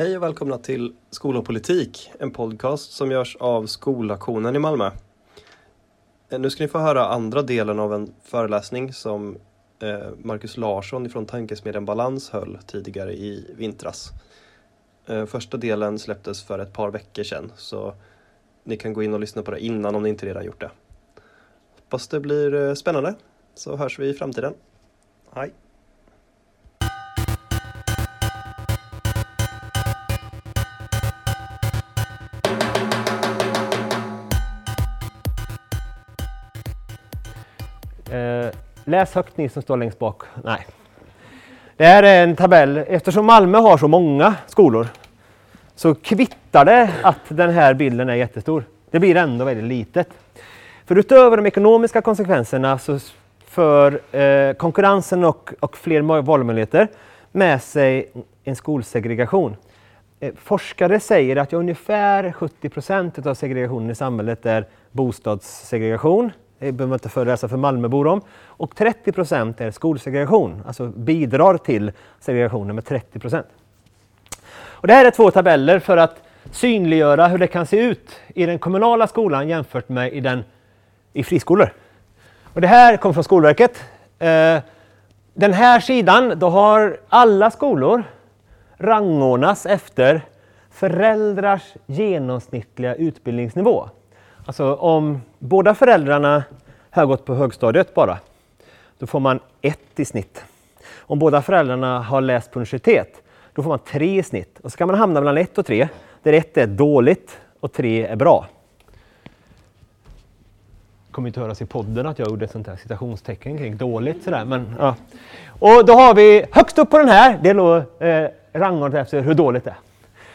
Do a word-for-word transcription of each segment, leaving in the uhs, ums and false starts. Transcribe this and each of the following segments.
Hej och välkomna till Skola och politik, en podcast som görs av Skolaktionen i Malmö. Nu ska ni få höra andra delen av en föreläsning som Marcus Larsson från Tankesmedjan Balans höll tidigare i vintras. Första delen släpptes för ett par veckor sedan, så ni kan gå in och lyssna på det innan om ni inte redan gjort det. Hoppas det blir spännande, så hörs vi i framtiden. Hej! Eh, läs högt ni som står längst bak. Nej. Det här är en tabell. Eftersom Malmö har så många skolor så kvittar det att den här bilden är jättestor. Det blir ändå väldigt litet. För utöver de ekonomiska konsekvenserna så för eh, konkurrensen och, och fler valmöjligheter med sig en skolsegregation. Eh, forskare säger att ungefär sjuttio procent av segregationen i samhället är bostadssegregation. Det behöver man inte föreläsa för Malmöbor om. Och trettio procent är skolsegregation, alltså bidrar till segregationen med trettio procent. Och det här är två tabeller för att synliggöra hur det kan se ut i den kommunala skolan jämfört med i, den, i friskolor. Och det här kommer från Skolverket. Eh, den här sidan, då har alla skolor rangordnats efter föräldrars genomsnittliga utbildningsnivå. Alltså om båda föräldrarna har gått på högstadiet bara, då får man ett i snitt. Om båda föräldrarna har läst på universitet, då får man tre i snitt. Och så kan man hamna mellan ett och tre, där ett är dåligt och tre är bra. Kommer inte höras i podden att jag gjorde ett sånt här citationstecken kring dåligt sådär, men ja. Och då har vi högst upp på den här, det är då eh, rangordnat efter hur dåligt det är.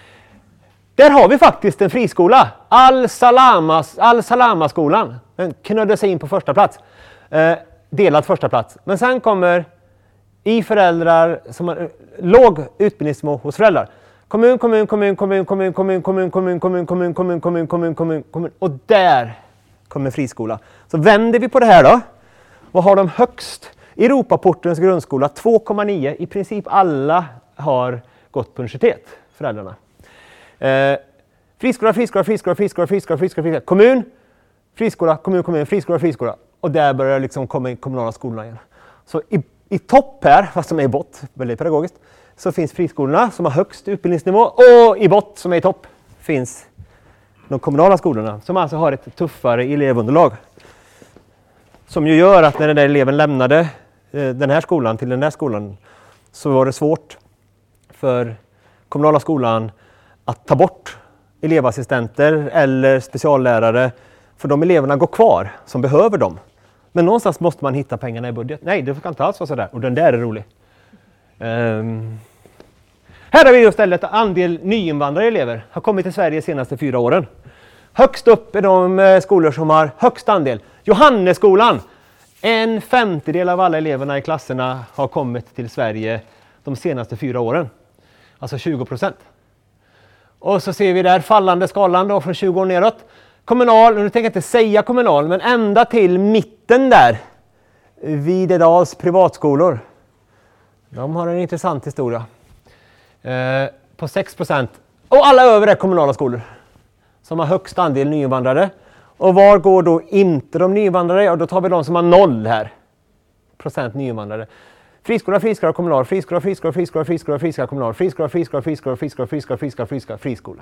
Där har vi faktiskt en friskola, Al-Salamas, Al-Salama-skolan. Den knödde sig in på första plats, eh, delad första plats. Men sen kommer i föräldrar som har låg utbildningsnivå hos föräldrar. Kommun, kommun, kommun, kommun, kommun, kommun, kommun, kommun, kommun, kommun, kommun, kommun, kommun, kommun, kommun. Och där kommer friskola. Så vänder vi på det här då. Vad har de högst? Europaportens grundskola två komma nio. I princip alla har gått på universitet, föräldrarna. Eh, friskola, friskola, friskola, friskola, friskola, friskola, friskola, kommun, friskola, kommun, kommun, friskola, friskola. Och där börjar liksom komma in kommunala skolorna igen. Så i, i topp här, fast som är i bott, väldigt pedagogiskt, så finns friskolorna som har högst utbildningsnivå. Och i bott, som är i topp, finns de kommunala skolorna som alltså har ett tuffare elevunderlag. Som ju gör att när den där eleven lämnade eh, den här skolan till den här skolan så var det svårt för kommunala skolan att ta bort elevassistenter eller speciallärare, för de eleverna går kvar som behöver dem. Men någonstans måste man hitta pengarna i budget. Nej, det kan inte alls vara sådär. Och den där är rolig. Um. Här har vi just istället andel nyinvandrare elever har kommit till Sverige de senaste fyra åren. Högst upp är de skolor som har högst andel. Johannesskolan. En femtedel av alla eleverna i klasserna har kommit till Sverige de senaste fyra åren. Alltså tjugo procent. Och så ser vi där fallande skalan då från tjugo år neråt. Kommunal, nu tänker jag inte säga kommunal, men ända till mitten där. Videdals privatskolor. De har en intressant historia. Eh, på sex procent. Och alla över är kommunala skolor. Som har högst andel nyinvandrare. Och var går då inte de nyinvandrare? Och då tar vi de som har noll här. Procent nyinvandrare. Friskola, friskola, kommunal, friskola, friskola, friskola, friskola, friskola, kommunal, friskola, friskola, friskola, friskola, friskola, friskola, friskola, friskola.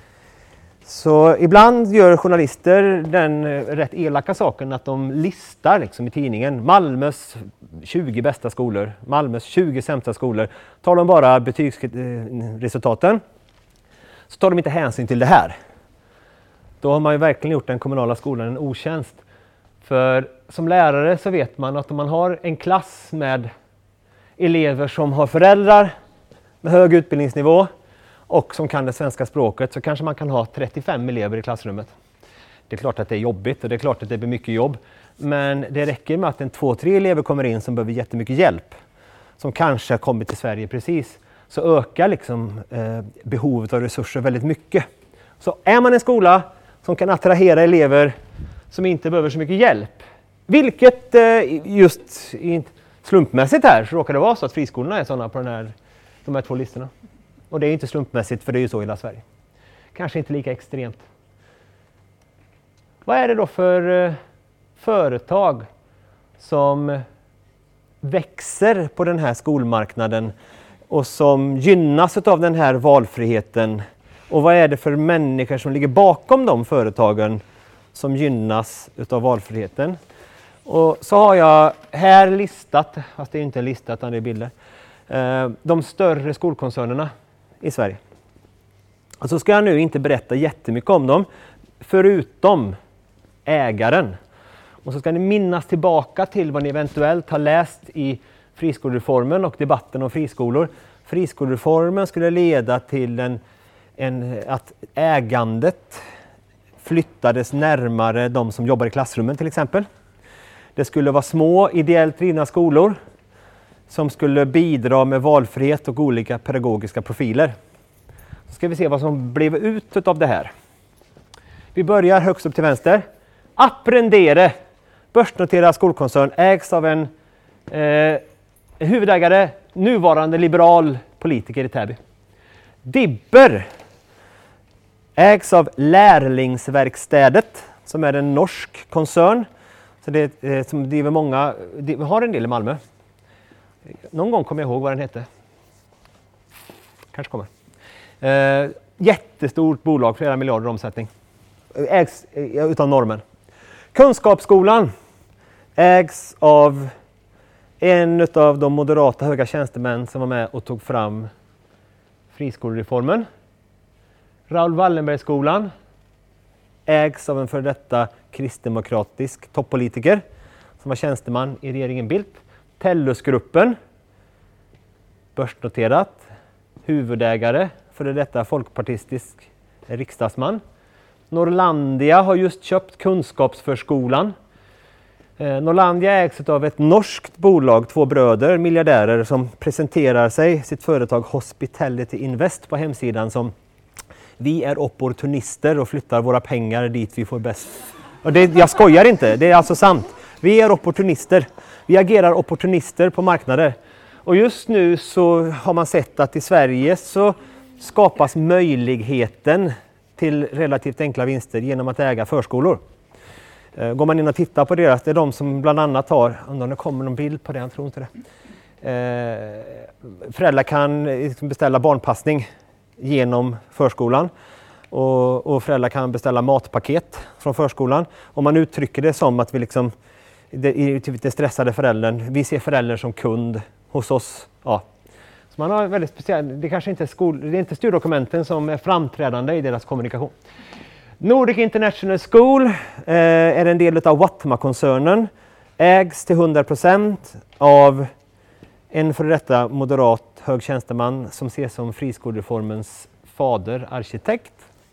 Så ibland gör journalister den rätt elaka saken att de listar liksom i tidningen Malmös tjugo bästa skolor, Malmös tjugo sämsta skolor. Tar de bara betygsresultaten så tar de inte hänsyn till det här. Då har man ju verkligen gjort den kommunala skolan en otjänst. För som lärare så vet man att om man har en klass med elever som har föräldrar med hög utbildningsnivå och som kan det svenska språket, så kanske man kan ha trettiofem elever i klassrummet. Det är klart att det är jobbigt och det är klart att det blir mycket jobb. Men det räcker med att en två, tre elever kommer in som behöver jättemycket hjälp. Som kanske har kommit till Sverige precis. Så ökar liksom, eh, behovet av resurser väldigt mycket. Så är man en skola som kan attrahera elever som inte behöver så mycket hjälp. Vilket eh, just i slumpmässigt här så råkar det vara så att friskolorna är sådana på den här, de här två listorna. Och det är inte slumpmässigt, för det är ju så i hela Sverige. Kanske inte lika extremt. Vad är det då för eh, företag som växer på den här skolmarknaden och som gynnas av den här valfriheten? Och vad är det för människor som ligger bakom de företagen som gynnas utav valfriheten? Och så har jag här listat, fast det är inte listat utan det är bilder, eh, de större skolkoncernerna i Sverige. Och så ska jag nu inte berätta jättemycket om dem, förutom ägaren. Och så ska ni minnas tillbaka till vad ni eventuellt har läst i friskolereformen och debatten om friskolor. Friskolereformen skulle leda till en, en, att ägandet flyttades närmare de som jobbar i klassrummen till exempel. Det skulle vara små ideellt drivna skolor som skulle bidra med valfrihet och olika pedagogiska profiler. Så ska vi se vad som blev ut av det här. Vi börjar högst upp till vänster. Apprendere, börsnoterad skolkoncern, ägs av en eh, huvudägare, nuvarande liberal politiker i Täby. Dibber ägs av Lärlingsverkstädet, som är en norsk koncern. Så det är, som driver många, vi har en del i Malmö. Någon gång kommer jag ihåg vad den hette. Kanske kommer. Eh, jättestort bolag, flera miljarder omsättning. Ägs utan normen. Kunskapsskolan ägs av en av de moderata höga tjänstemän som var med och tog fram friskolereformen. Raoul Wallenbergsskolan ägs av en för detta kristdemokratisk toppolitiker som var tjänsteman i regeringen Bildt. Tellusgruppen, börsnoterat, huvudägare för detta folkpartistisk riksdagsman. Norlandia har just köpt Kunskapsförskolan. Eh, Norlandia ägs av ett norskt bolag, två bröder, miljardärer som presenterar sig, sitt företag Hospitality Invest på hemsidan som vi är opportunister och flyttar våra pengar dit vi får bäst. Och det, jag skojar inte, det är alltså sant. Vi är opportunister. Vi agerar opportunister på marknader. Och just nu så har man sett att i Sverige så skapas möjligheten till relativt enkla vinster genom att äga förskolor. Går man in och tittar på deras, det är de som bland annat har, undrar det kommer någon bild på det, jag tror inte det. Eh, föräldrar kan beställa barnpassning genom förskolan och, och föräldrar kan beställa matpaket från förskolan. Om man uttrycker det som att vi liksom, det, det stressade föräldern, vi ser föräldern som kund hos oss. Ja. Så man har väldigt speciellt, det kanske inte är skol, det är inte styrdokumenten som är framträdande i deras kommunikation. Nordic International School eh, är en del av Watma-koncernen, ägs till hundra procent av en för detta moderat högtjänsteman som ses som friskolereformens fader, arkitekt.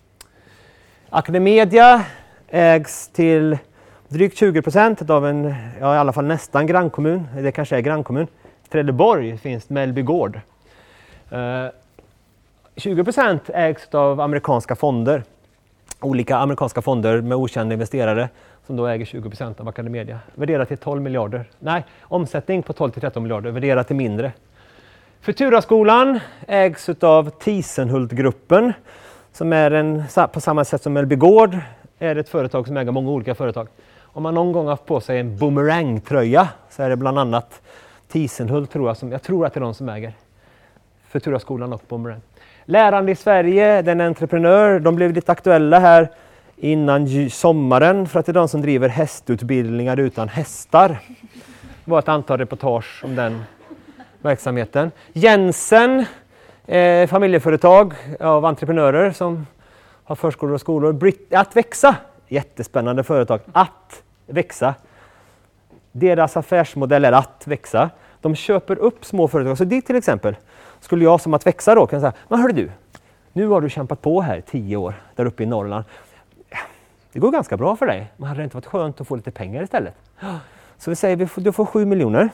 Academedia ägs till drygt tjugo procent av en, ja, i alla fall nästan grannkommun, det kanske är grannkommun. Trelleborg finns Mellby Gård. Eh, tjugo procent ägs av amerikanska fonder. Olika amerikanska fonder med okända investerare som då äger tjugo procent av Academedia. Värderat till tolv miljarder. Nej, omsättning på tolv till tretton miljarder. Värderat till mindre. Futuraskolan ägs av Tisenhultgruppen som är en, på samma sätt som Mellby Gård, är ett företag som äger många olika företag. Om man någon gång har haft på sig en boomerang-tröja så är det bland annat Tisenhult, tror jag, som, jag tror att det är de som äger Futuraskolan och Boomerang. Lärande i Sverige, den entreprenör, de blev lite aktuella här innan sommaren för att det är de som driver hästutbildningar utan hästar. Det var ett antal reportage om den verksamheten. Jensen, eh, familjeföretag av entreprenörer som har förskolor och skolor. Brit- att växa, jättespännande företag. Att växa. Deras affärsmodell är att växa. De köper upp små företag. Så det till exempel skulle jag som att växa då kan säga, men hörru du, nu har du kämpat på här tio år där uppe i Norrland. Det går ganska bra för dig. Men hade det inte varit skönt att få lite pengar istället? Så vi säger, du får sju miljoner.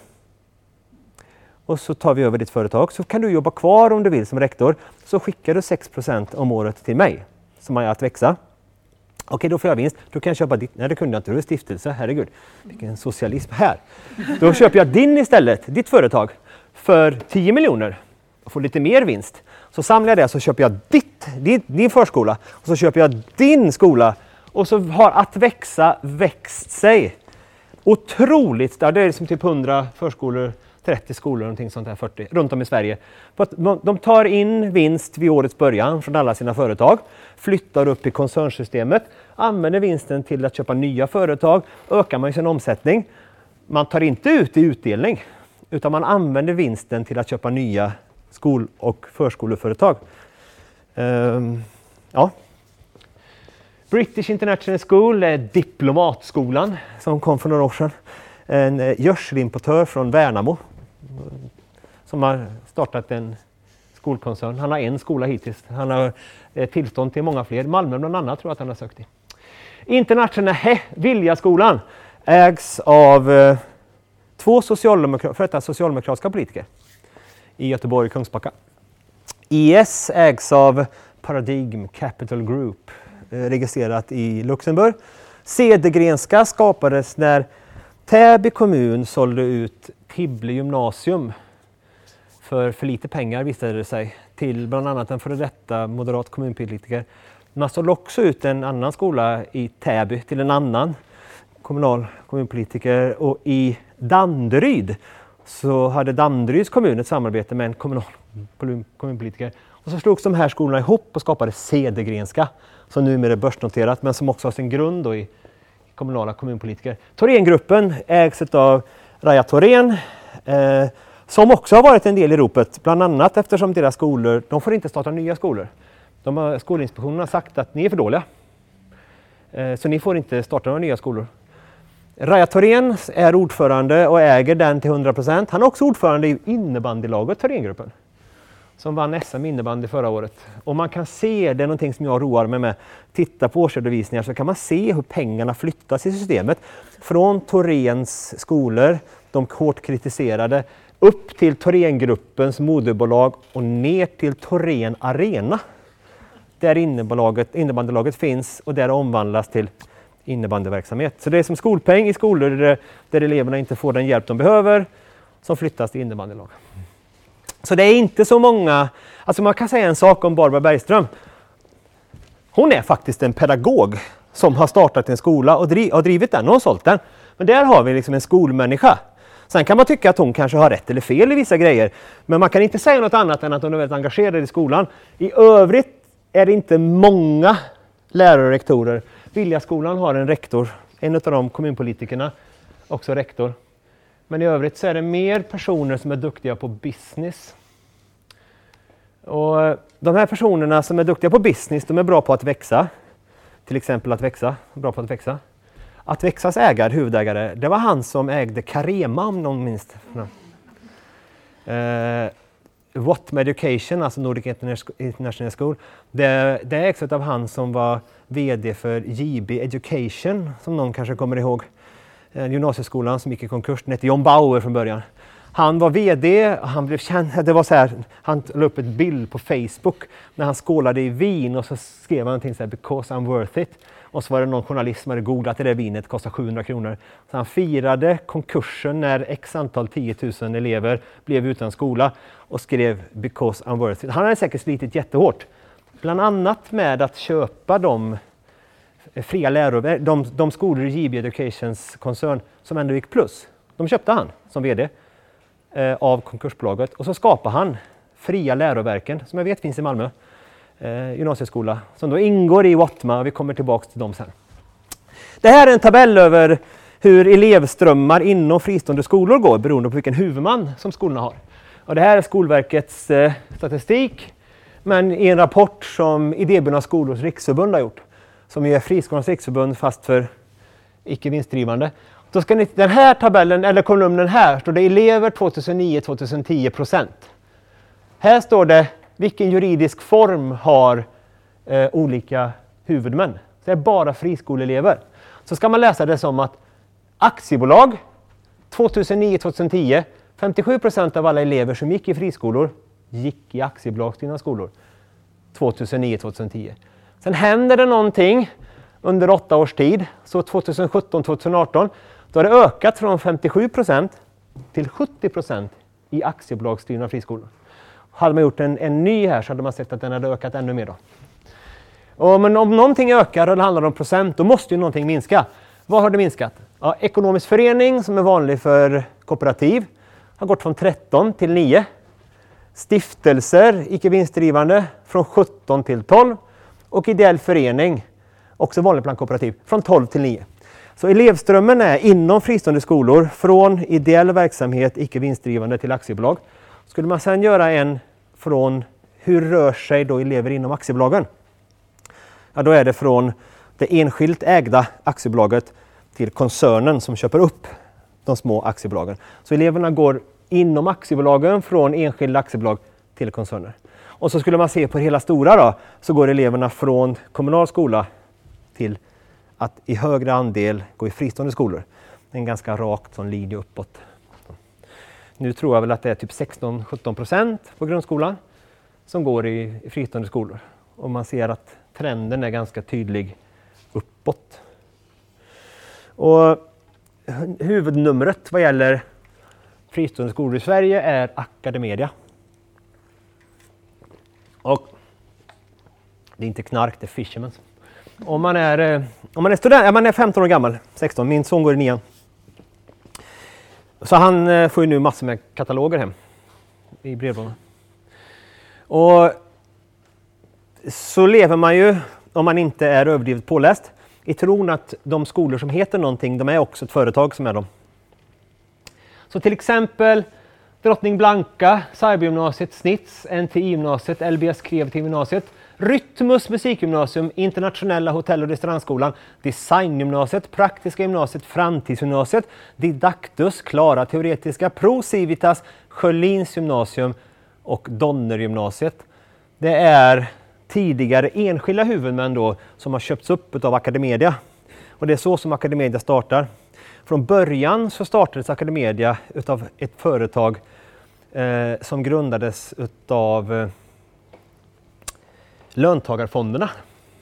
Och så tar vi över ditt företag. Så kan du jobba kvar om du vill som rektor. Så skickar du sex procent om året till mig som är att växa. Okej, då får jag vinst. Då kan jag köpa ditt. Nej, det kunde jag inte. Du är stiftelse. Herregud. Vilken socialism här. Då köper jag din istället, ditt företag, för tio miljoner. Och får lite mer vinst. Så samlar jag det, så köper jag ditt, din, din förskola och så köper jag din skola. Och så har Att växa växt sig otroligt. Det är liksom typ hundra förskolor, trettio skolor, någonting sånt här, fyrtio, runt om i Sverige. De tar in vinst vid årets början från alla sina företag, flyttar upp i koncernsystemet, använder vinsten till att köpa nya företag, ökar man sin omsättning. Man tar inte ut i utdelning, utan man använder vinsten till att köpa nya skol- och förskoleföretag. Um, ja. British International School är diplomatskolan som kom för några år sedan. En eh, gödselimportör från Värnamo som har startat en skolkoncern. Han har en skola hittills. Han har eh, tillstånd till många fler. Malmö bland annat tror jag att han har sökt i. International He, Viljaskolan ägs av eh, två socialdemokra- för detta socialdemokratiska politiker i Göteborg och Kungsbacka. I S ägs av Paradigm Capital Group, eh, registrerat i Luxemburg. Cedergrenska skapades när Täby kommun sålde ut Tibble gymnasium för för lite pengar, visade det sig, till bland annat en före detta moderat kommunpolitiker. Man sålde också ut en annan skola i Täby till en annan kommunal kommunpolitiker, och i Danderyd så hade Danderyds kommun ett samarbete med en kommunal kommunpolitiker. Och så slogs de här skolorna ihop och skapade Cedergrenska, som numera är börsnoterat men som också har sin grund då i kommunala kommunpolitiker. Thorengruppen ägs av Raja Thorén, eh, som också har varit en del i ropet, bland annat eftersom deras skolor, de får inte starta nya skolor. De har, Skolinspektionen har sagt att ni är för dåliga, eh, så ni får inte starta några nya skolor. Raja Thorén är ordförande och äger den till hundra procent. Han är också ordförande i innebandylaget Thorengruppen, som vann S M innebandy förra året. Och man kan se, det är någonting som jag roar mig med, titta på årsredovisningar så kan man se hur pengarna flyttas i systemet. Från Thoréns skolor, de hårt kritiserade, upp till Thorengruppens moderbolag och ner till Thorén Arena. Där innebandylaget finns och där det omvandlas till innebandyverksamhet. Så det är som skolpeng i skolor där, där eleverna inte får den hjälp de behöver, som flyttas till innebandylag. Så det är inte så många, alltså man kan säga en sak om Barbara Bergström. Hon är faktiskt en pedagog som har startat en skola och driv, har drivit den och har sålt den. Men där har vi liksom en skolmänniska. Sen kan man tycka att hon kanske har rätt eller fel i vissa grejer. Men man kan inte säga något annat än att hon är väldigt engagerad i skolan. I övrigt är det inte många lärare och rektorer. Viljaskolan har en rektor, en av de kommunpolitikerna, också rektor. Men i övrigt så är det mer personer som är duktiga på business. Och de här personerna som är duktiga på business, de är bra på att växa. Till exempel att växa, bra på att växa. Att växas ägare, huvudägare, det var han som ägde Carema, om någon minns det. Eh, Watma Education, alltså Nordic International School, det, det ägs av han som var vd för J B Education, som någon kanske kommer ihåg. Gymnasieskolan som gick i konkurs, den hette John Bauer från början. Han var vd, han blev känd, det var så här, han la upp ett bild på Facebook när han skålade i vin och så skrev han någonting så här, because I'm worth it. Och så var det någon journalist som hade googlat det där vinet, kostar sjuhundra kronor. Så han firade konkursen när x antal tio tusen elever blev utan skola och skrev because I'm worth it. Han hade säkert slitit jättehårt, bland annat med att köpa de fria läroverk, de, de skolor i J B Educations koncern som ändå gick plus. De köpte han som vd eh, av konkursbolaget, och så skapade han fria läroverken, som jag vet finns i Malmö, eh, gymnasieskola, som då ingår i Watma, och vi kommer tillbaka till dem sen. Det här är en tabell över hur elevströmmar inom fristående skolor går beroende på vilken huvudman som skolorna har. Och det här är Skolverkets eh, statistik, men i en rapport som Idéburna skolors riksförbund har gjort, som är Friskolornas riksförbund fast för icke vinstdrivande. Då ska ni, den här tabellen, eller kolumnen här, står det elever tjugohundranio till tjugohundratio procent. Här står det vilken juridisk form har eh, olika huvudmän. Så det är bara friskoleelever. Så ska man läsa det som att aktiebolag tjugohundranio till tjugohundratio, femtiosju procent av alla elever som gick i friskolor gick i aktiebolagsdrivna skolor tjugohundranio till tjugohundratio. Sen händer det någonting under åtta års tid, så tjugosjutton till tjugoarton, då har det ökat från femtiosju procent till sjuttio procent i aktiebolagsstyrna friskolor. Hade man gjort en, en ny här så hade man sett att den hade ökat ännu mer då. Och, men om någonting ökar och det handlar om procent, då måste ju någonting minska. Vad har det minskat? Ja, ekonomisk förening som är vanlig för kooperativ har gått från tretton till nio. Stiftelser, icke vinstdrivande, från sjutton till tolv. Och ideell förening, också vanlig bland kooperativ, från tolv till nio. Så elevströmmen är inom fristående skolor från ideell verksamhet, icke vinstdrivande till aktiebolag. Skulle man sedan göra en från hur rör sig då elever inom aktiebolagen? Ja, då är det från det enskilt ägda aktiebolaget till koncernen som köper upp de små aktiebolagen. Så eleverna går inom aktiebolagen från enskilda aktiebolag till koncerner. Och så skulle man se på hela stora då, så går eleverna från kommunal skola till att i högre andel gå i fristående skolor. En ganska rakt sån linje uppåt. Nu tror jag väl att det är typ sexton till sjutton procent på grundskolan som går i, i fristående skolor. Och man ser att trenden är ganska tydlig uppåt. Och huvudnumret vad gäller fristående skolor i Sverige är Academedia. Och det är inte knark, det är Fishermans. Om man är, om man är student, man är femton år gammal, sexton, min son går i nian. Så han får ju nu massor med kataloger hem i brevlådan. Och så lever man ju, om man inte är överdrivet påläst, i tron att de skolor som heter någonting, de är också ett företag som är dem. Så till exempel Drottning Blanka, Cybergymnasiet, Snitz, N T I-gymnasiet, L B S Kreativ gymnasiet, Rytmus musikgymnasium, Internationella hotell- och restaurangskolan, Designgymnasiet, Praktiska gymnasiet, Framtidsgymnasiet, Didaktus, Klara teoretiska, Pro Civitas, Sjölins gymnasium och Donnergymnasiet. Det är tidigare enskilda huvudmän då som har köpts upp av Academedia. Och det är så som Academedia startar. Från början så startades Academedia utav ett företag eh, som grundades utav eh, löntagarfonderna.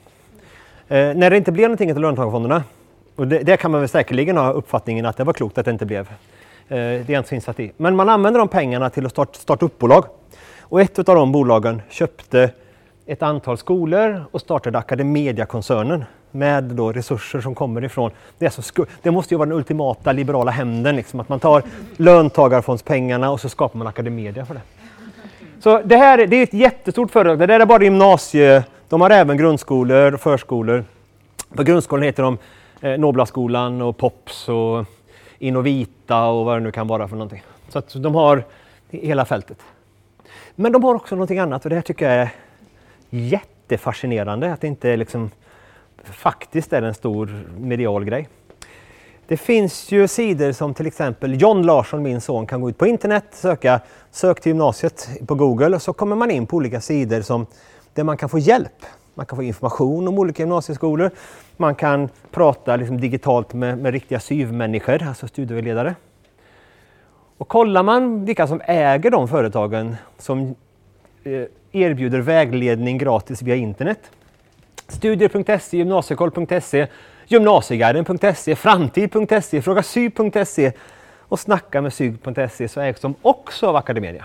Eh, när det inte blev någonting av löntagarfonderna, och det, det kan man väl säkerligen ha uppfattningen att det var klokt att det inte blev. Eh, det är inte så insatt i. Men man använder de pengarna till att start, starta upp bolag. Och ett av de bolagen köpte ett antal skolor och startade Academedia-koncernen med då resurser som kommer ifrån. Det, är så sku- det måste ju vara den ultimata liberala hämnden, liksom, att man tar löntagarfondspengarna och så skapar man Academedia för det. Så det här det är ett jättestort företag. Det där är bara gymnasie. De har även grundskolor och förskolor. På grundskolan heter de eh, Noblaskolan och Pops och Innovita och vad det nu kan vara för någonting. Så att de har hela fältet. Men de har också någonting annat och det här tycker jag är jättefascinerande. Att det inte är liksom faktiskt är en stor medial grej. Det finns ju sidor som till exempel John Larsson, min son, kan gå ut på internet, söka sök till gymnasiet på Google och så kommer man in på olika sidor som, där man kan få hjälp. Man kan få information om olika gymnasieskolor. Man kan prata liksom digitalt med, med riktiga syvmänniskor, alltså studievägledare. Och kollar man vilka som äger de företagen som eh, erbjuder vägledning gratis via internet. Studier punkt se, gymnasiekoll punkt se, gymnasieguiden punkt se, framtid punkt se, frågasy punkt se och snacka med syg punkt se så ägs de också av Academedia.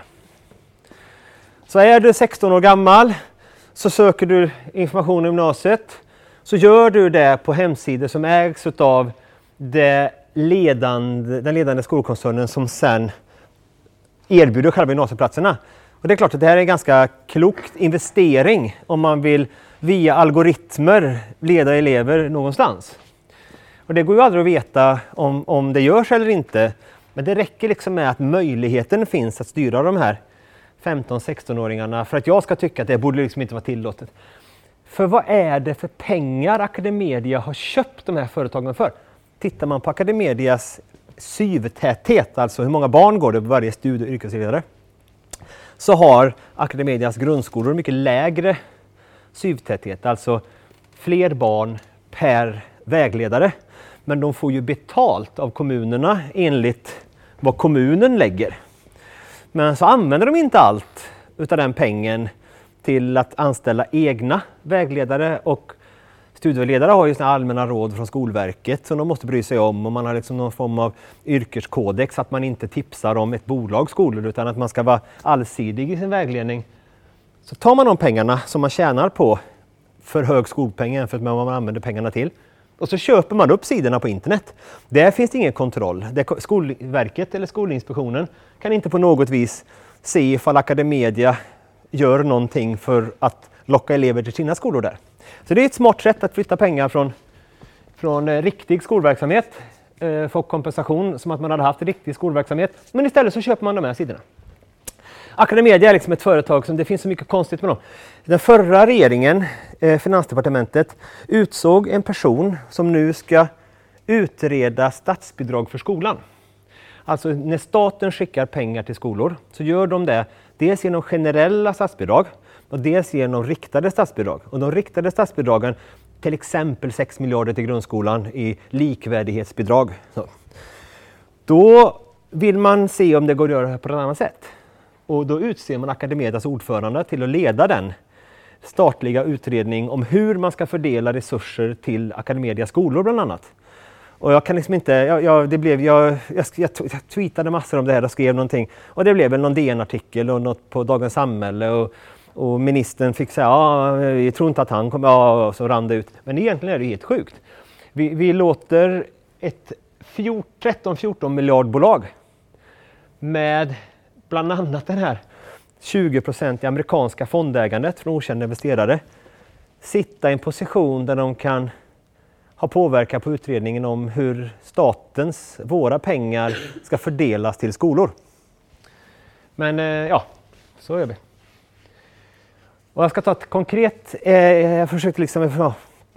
Så är du sexton år gammal så söker du information om gymnasiet så gör du det på hemsidor som ägs av det ledande, den ledande skolkoncernen som sen erbjuder själva gymnasieplatserna. Och det är klart att det här är en ganska klokt investering om man vill via algoritmer leda elever någonstans. Och det går ju aldrig att veta om, om det görs eller inte. Men det räcker liksom med att möjligheten finns att styra de här femton-sexton-åringarna för att jag ska tycka att det borde liksom inte vara tillåtet. För vad är det för pengar Academedia har köpt de här företagen för? Tittar man på Academedias syvtäthet, alltså hur många barn går det på varje studie- och yrkesledare, så har Academedias grundskolor mycket lägre syvtäthet, alltså fler barn per vägledare. Men de får ju betalt av kommunerna enligt vad kommunen lägger. Men så använder de inte allt utav den pengen till att anställa egna vägledare och studieledare har ju såna allmänna råd från Skolverket som de måste bry sig om, och man har liksom någon form av yrkeskodex att man inte tipsar om ett bolags skolor utan att man ska vara allsidig i sin vägledning. Så tar man de pengarna som man tjänar på för hög skolpeng jämfört med vad man använder pengarna till, och så köper man upp sidorna på internet. Där finns det ingen kontroll. Det Skolverket eller Skolinspektionen kan inte på något vis se ifall Academedia gör någonting för att locka elever till sina skolor där. Så det är ett smart sätt att flytta pengar från, från eh, riktig skolverksamhet, eh, få kompensation som att man hade haft riktig skolverksamhet, men istället så köper man de här sidorna. Academedia är liksom ett företag som det finns så mycket konstigt med dem. Den förra regeringen, eh, Finansdepartementet, utsåg en person som nu ska utreda statsbidrag för skolan. Alltså när staten skickar pengar till skolor så gör de det dels genom generella statsbidrag och dels genom riktade statsbidrag. Och de riktade statsbidragen, till exempel sex miljarder till grundskolan i likvärdighetsbidrag. Så. Då vill man se om det går att göra det på ett annat sätt. Och då utser man Academedias ordförande till att leda den statliga utredning om hur man ska fördela resurser till Academedias skolor bland annat. Och jag kan liksom inte, jag, jag, det blev, jag, jag, jag tweetade massor om det här och skrev någonting. Och det blev väl någon D N-artikel och något på Dagens Samhälle. Och, och ministern fick säga, ja, jag tror inte att han kommer, ja, och så rann det ut. Men egentligen är det helt sjukt. Vi, vi låter ett tretton fjorton miljardbolag med bland annat den här tjugo procent i amerikanska fondägandet från okända investerare sitta i en position där de kan ha påverkan på utredningen om hur statens, våra pengar ska fördelas till skolor. Men eh, ja, så gör vi. Och jag ska ta ett konkret, eh, jag försökte liksom, ja,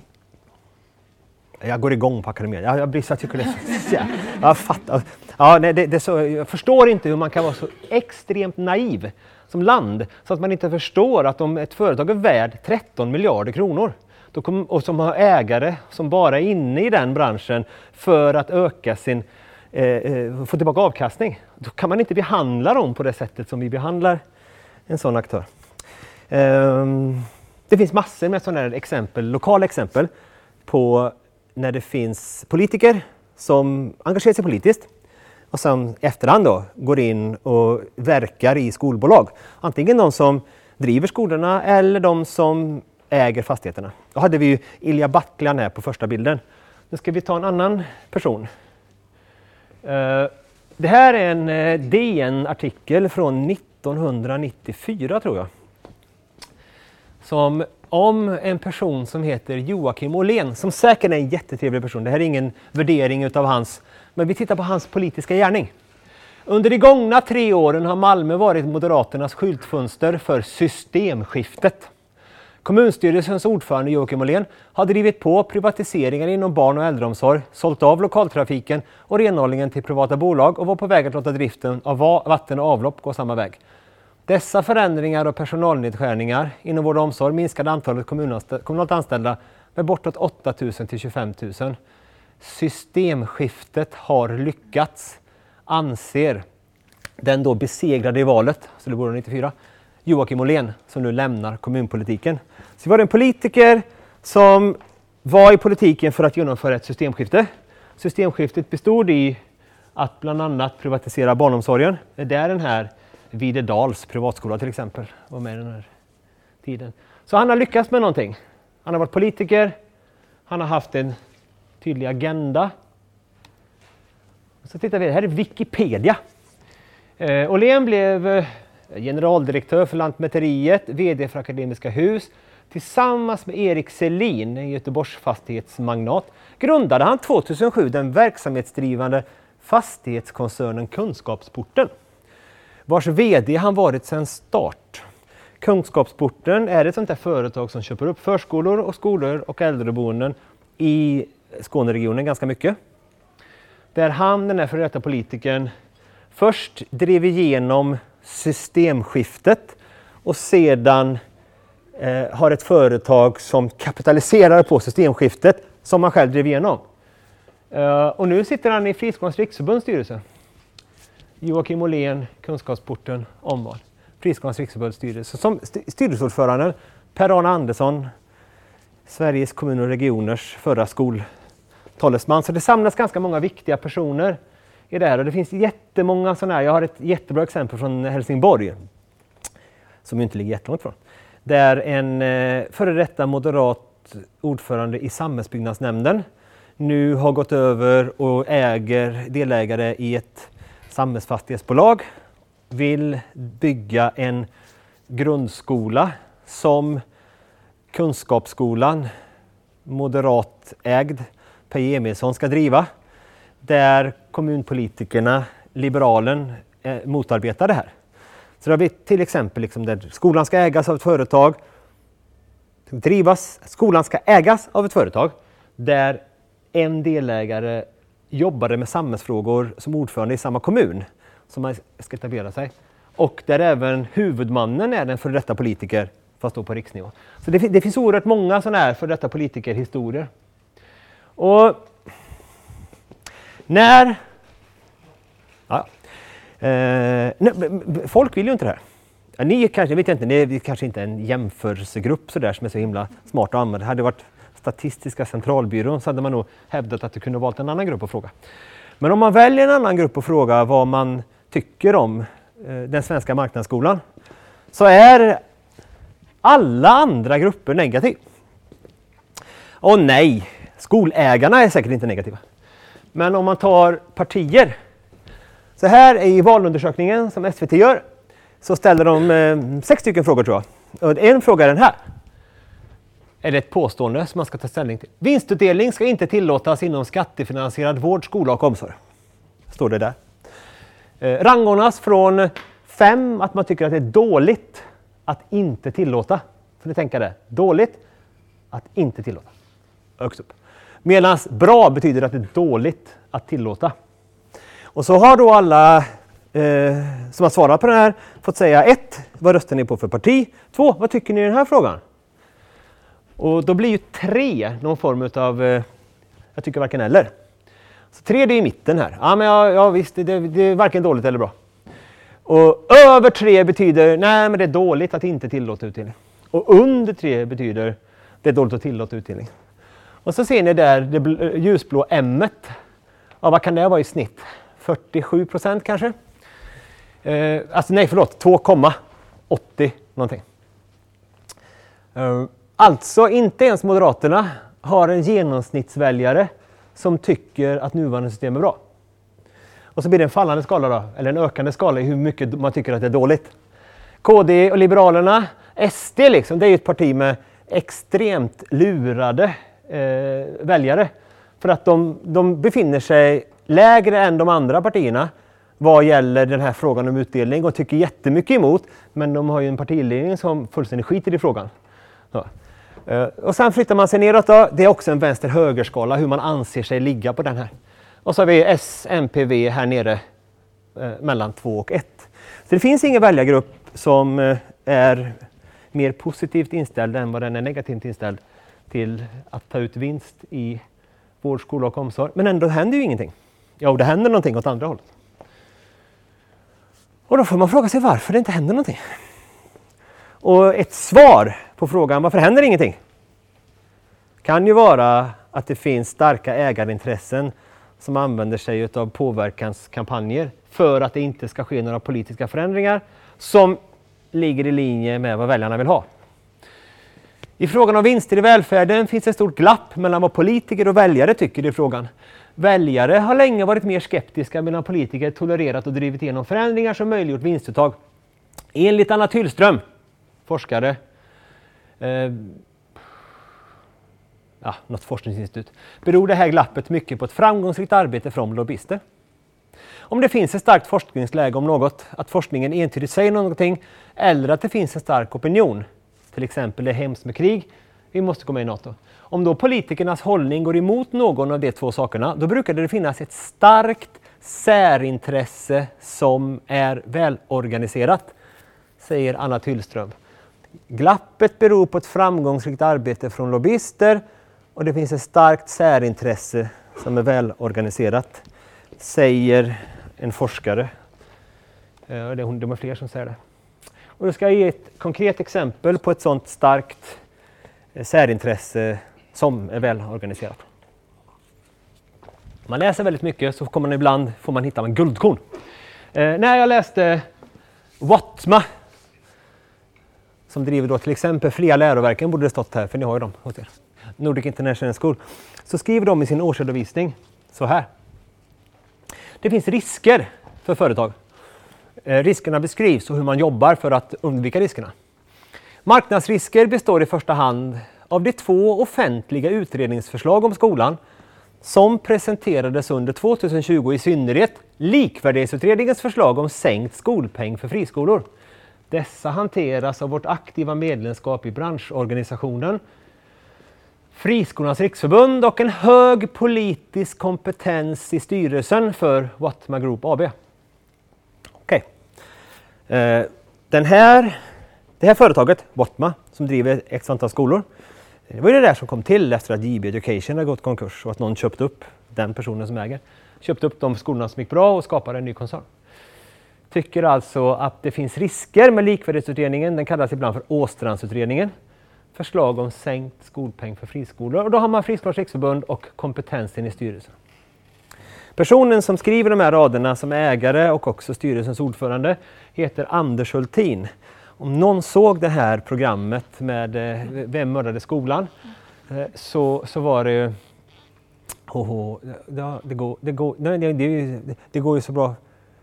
jag går igång på Academedia. Jag, jag blir så, jag tycker det är så, ja, jag fattar. Ja, det, det är så, jag förstår inte hur man kan vara så extremt naiv som land så att man inte förstår att om ett företag är värd tretton miljarder kronor då kom, och som har ägare som bara är inne i den branschen för att öka sin, eh, få tillbaka avkastning, då kan man inte behandla dem på det sättet som vi behandlar en sån aktör. Um, det finns massor med sådana här exempel, lokala exempel på när det finns politiker som engagerar sig politiskt och som efterhand då går in och verkar i skolbolag. Antingen de som driver skolorna eller de som äger fastigheterna. Då hade vi ju Ilja Battlan här på första bilden. Nu ska vi ta en annan person. Det här är en D N-artikel från nittonhundranittiofyra tror jag. Som om en person som heter Joakim Åhlén, som säkert är en jättetrevlig person. Det här är ingen värdering utav hans, men vi tittar på hans politiska gärning. Under de gångna tre åren har Malmö varit Moderaternas skyltfönster för systemskiftet. Kommunstyrelsens ordförande Joakim Åhlén har drivit på privatiseringar inom barn- och äldreomsorg, sålt av lokaltrafiken och renhållningen till privata bolag och var på väg att låta driften av vatten och avlopp gå samma väg. Dessa förändringar och personalnedskärningar inom vård och omsorg minskade antalet kommunalt anställda med bortåt åtta tusen till tjugofem tusen. Systemskiftet har lyckats, anser den då besegrade i valet, så det borde nittiofyra, Joakim Åhlén som nu lämnar kommunpolitiken. Så var det en politiker som var i politiken för att genomföra ett systemskifte. Systemskiftet bestod i att bland annat privatisera barnomsorgen. Det är där den här Videdals privatskola till exempel var med den här tiden. Så han har lyckats med någonting. Han har varit politiker, han har haft en tydlig agenda. Så tittar vi, här är Wikipedia. Eh, Åhlén blev eh, generaldirektör för Lantmäteriet, vd för Akademiska Hus. Tillsammans med Erik Selin, en Göteborgs fastighetsmagnat, grundade han tvåtusensju den verksamhetsdrivande fastighetskoncernen Kunskapsporten, vars vd han varit sedan start. Kunskapsporten är ett sånt där företag som köper upp förskolor och skolor och äldreboenden i Skåneregionen ganska mycket. Där han, den här före detta politikern, först drev igenom systemskiftet och sedan eh, har ett företag som kapitaliserar på systemskiftet som han själv drev igenom. Uh, och nu sitter han i Friskolans riksförbunds styrelse. Joakim Åhlén, Kunskapsporten, omval. Friskolans riksförbunds styrelse. Som st- styrelseordföranden Per-Arne Andersson Sveriges kommuner och regioners förra skoltalesman. Så det samlas ganska många viktiga personer i det här. Och det finns jättemånga sådana här. Jag har ett jättebra exempel från Helsingborg, som ju inte ligger jättelångt från. Där en eh, före detta moderat ordförande i samhällsbyggnadsnämnden nu har gått över och äger delägare i ett samhällsfastighetsbolag, vill bygga en grundskola som Kunskapsskolan, moderat ägd, Per Emilsson ska driva, där kommunpolitikerna, liberalen, eh, motarbetar det här. Så det har vi till exempel liksom där skolan ska ägas av ett företag, drivas, skolan ska ägas av ett företag där en delägare jobbade med samhällsfrågor som ordförande i samma kommun som man ska etablera sig. Och där även huvudmannen är den för detta politiker, fast då på riksnivå. Så det, det finns oerhört många sådana här för detta politikerhistorier. Och när... Ja, eh, folk vill ju inte det här. Ja, ni kanske, vet jag inte, ni är kanske inte en jämförelsegrupp så där som är så himla smart att använda. Det hade varit Statistiska centralbyrån så hade man nog hävdat att du kunde valt en annan grupp att fråga. Men om man väljer en annan grupp att fråga vad man tycker om eh, den svenska marknadsskolan, så är alla andra grupper negativa. Och nej, skolägarna är säkert inte negativa. Men om man tar partier, så här är i valundersökningen som S V T gör, så ställer de eh, sex stycken frågor tror jag. Och en fråga är den här. Är det ett påstående som man ska ta ställning till? Vinstutdelning ska inte tillåtas inom skattefinansierad vård, skola och omsorg. Står det där. Eh, rangordnas från fem att man tycker att det är dåligt att inte tillåta. Får ni tänka det. Dåligt att inte tillåta. Högst upp. Medan bra betyder att det är dåligt att tillåta. Och så har då alla eh, som har svarat på den här fått säga ett, vad röstar ni på för parti? Två, vad tycker ni i den här frågan? Och då blir ju tre någon form av, eh, jag tycker varken eller. Så tre det är i mitten här. Ja men ja, ja visst, det, det, det är varken dåligt eller bra. Och över tre betyder, nej men det är dåligt att inte tillåta utdelning. Och under tre betyder, det är dåligt att tillåta utdelning. Och så ser ni där det ljusblå M-et. Ja, vad kan det vara i snitt? fyrtiosju procent kanske? Eh, alltså nej förlåt, två komma åttio någonting. Eh, alltså inte ens Moderaterna har en genomsnittsväljare som tycker att nuvarande system är bra. Och så blir det en fallande skala då, eller en ökande skala i hur mycket man tycker att det är dåligt. K D och Liberalerna, S D liksom, det är ju ett parti med extremt lurade eh, väljare. För att de, de befinner sig lägre än de andra partierna vad gäller den här frågan om utdelning och tycker jättemycket emot. Men de har ju en partiledning som fullständigt skiter i frågan. Så. Eh, och sen flyttar man sig neråt då. Det är också en vänster-högerskala hur man anser sig ligga på den här. Och så har vi S, M P, V här nere eh, mellan två och ett. Så det finns ingen väljargrupp som eh, är mer positivt inställd än vad den är negativt inställd till att ta ut vinst i vård, skola och omsorg. Men ändå händer ju ingenting. Ja, och det händer någonting åt andra hållet. Och då får man fråga sig varför det inte händer någonting. Och ett svar på frågan varför händer ingenting kan ju vara att det finns starka ägarintressen som använder sig av påverkanskampanjer för att det inte ska ske några politiska förändringar som ligger i linje med vad väljarna vill ha. I frågan om vinster i välfärden finns ett stort glapp mellan vad politiker och väljare tycker i frågan. Väljare har länge varit mer skeptiska medan politiker tolererat och drivit igenom förändringar som möjliggjort vinstuttag. Enligt Anna Tyllström, forskare, eh, ja, något forskningsinstitut, beror det här glappet mycket på ett framgångsrikt arbete från lobbyister. Om det finns ett starkt forskningsläge om något, att forskningen entydigt säger någonting, eller att det finns en stark opinion, till exempel det är hemskt med krig, vi måste gå med i NATO. Om då politikernas hållning går emot någon av de två sakerna, då brukar det finnas ett starkt särintresse som är välorganiserat, säger Anna Tyllström. Glappet beror på ett framgångsrikt arbete från lobbyister och det finns ett starkt särintresse som är välorganiserat, säger en forskare. Det är, det är fler som säger det. Och då ska jag ge ett konkret exempel på ett sådant starkt särintresse som är väl organiserat. Man läser väldigt mycket så kommer man ibland får man hitta en guldkorn. Eh, när jag läste Watma som driver då till exempel fria läroverken, borde det stått här för ni har ju dem hos er. Nordic International School. Så skriver de i sin årsredovisning så här. Det finns risker för företag. Eh, riskerna beskrivs och hur man jobbar för att undvika riskerna. Marknadsrisker består i första hand av de två offentliga utredningsförslag om skolan som presenterades under tjugohundratjugo, i synnerhet likvärdighetsutredningens förslag om sänkt skolpeng för friskolor. Dessa hanteras av vårt aktiva medlemskap i branschorganisationen, Friskolornas riksförbund och en hög politisk kompetens i styrelsen för Watma Group A B. Okej. Eh, den här, det här företaget, Watma, som driver x antal skolor, det var ju det där som kom till efter att J B Education hade gått konkurs och att någon köpte upp den personen som äger. Köpte upp de skolorna som gick bra och skapade en ny koncern. Tycker alltså att det finns risker med likvärdighetsutredningen. Den kallas ibland för Åstrandsutredningen. Förslag om sänkt skolpeng för friskolor. Och då har man Friskolornas riksförbund och kompetensen i styrelsen. Personen som skriver de här raderna som ägare och också styrelsens ordförande heter Anders Hultin. Om någon såg det här programmet med eh, Vem mördade skolan eh, så, så var det oh, oh, ja, det, går, det, går, nej, det, det, det går ju så bra.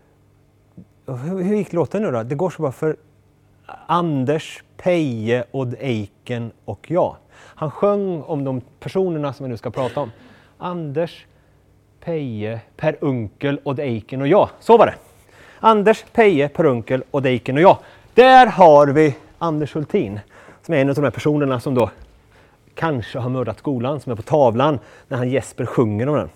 Hur, hur gick låten nu då? Det går så bra för Anders, Peje, Odd Eiken och jag. Han sjöng om de personerna som vi nu ska prata om. Anders, Peje, Per Unckel, Odd Eiken och jag. Så var det. Anders, Peje, Per Unckel, Odd Eiken och jag. Där har vi Anders Hultin som är en av de här personerna som då kanske har mördat skolan, som är på tavlan när han Jesper sjunger om den.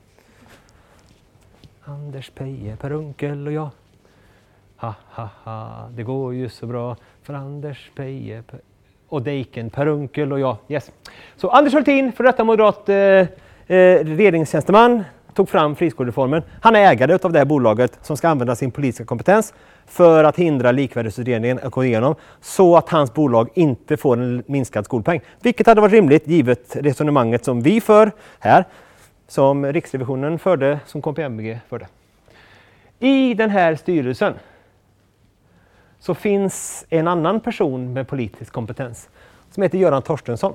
Anders, Peje, Per Unckel och jag. Ha, ha, ha, det går ju så bra för Anders, Peje, per... och Deiken, Per Unckel och jag. Yes. Så Anders Hultin, för detta moderat eh, eh, regeringstjänsteman, tog fram friskolereformen. Han är ägare av det här bolaget som ska använda sin politiska kompetens för att hindra likvärdighetsutredningen att gå igenom så att hans bolag inte får en minskad skolpeng. Vilket hade varit rimligt givet resonemanget som vi för här, som Riksrevisionen förde, som K P M G förde. I den här styrelsen så finns en annan person med politisk kompetens som heter Göran Torstensson.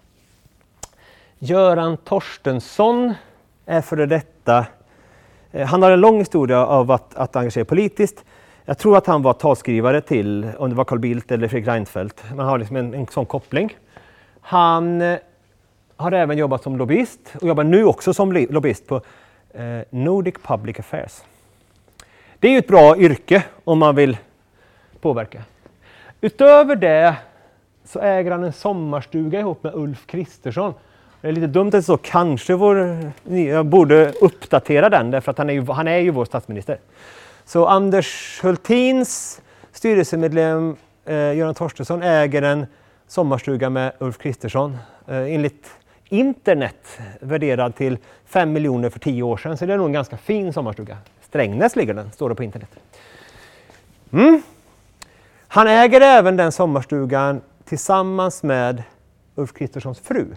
Göran Torstensson är för detta. Han har en lång historia av att, att engagera politiskt. Jag tror att han var talskrivare till, om det var Carl Bildt eller Fredrik Reinfeldt. Man har liksom en, en sån koppling. Han eh, har även jobbat som lobbyist och jobbar nu också som lobbyist på eh, Nordic Public Affairs. Det är ju ett bra yrke om man vill påverka. Utöver det så äger han en sommarstuga ihop med Ulf Kristersson. Det är lite dumt att så kanske vår, jag borde uppdatera den därför att han är ju, han är ju vår statsminister. Så Anders Hultins styrelsemedlem eh, Göran Torstensson äger en sommarstuga med Ulf Kristersson. Eh, enligt internet värderad till fem miljoner för tio år sedan. Så det är nog en ganska fin sommarstuga. Strängnäs ligger den, står det på internet. Mm. Han äger även den sommarstugan tillsammans med Ulf Kristerssons fru.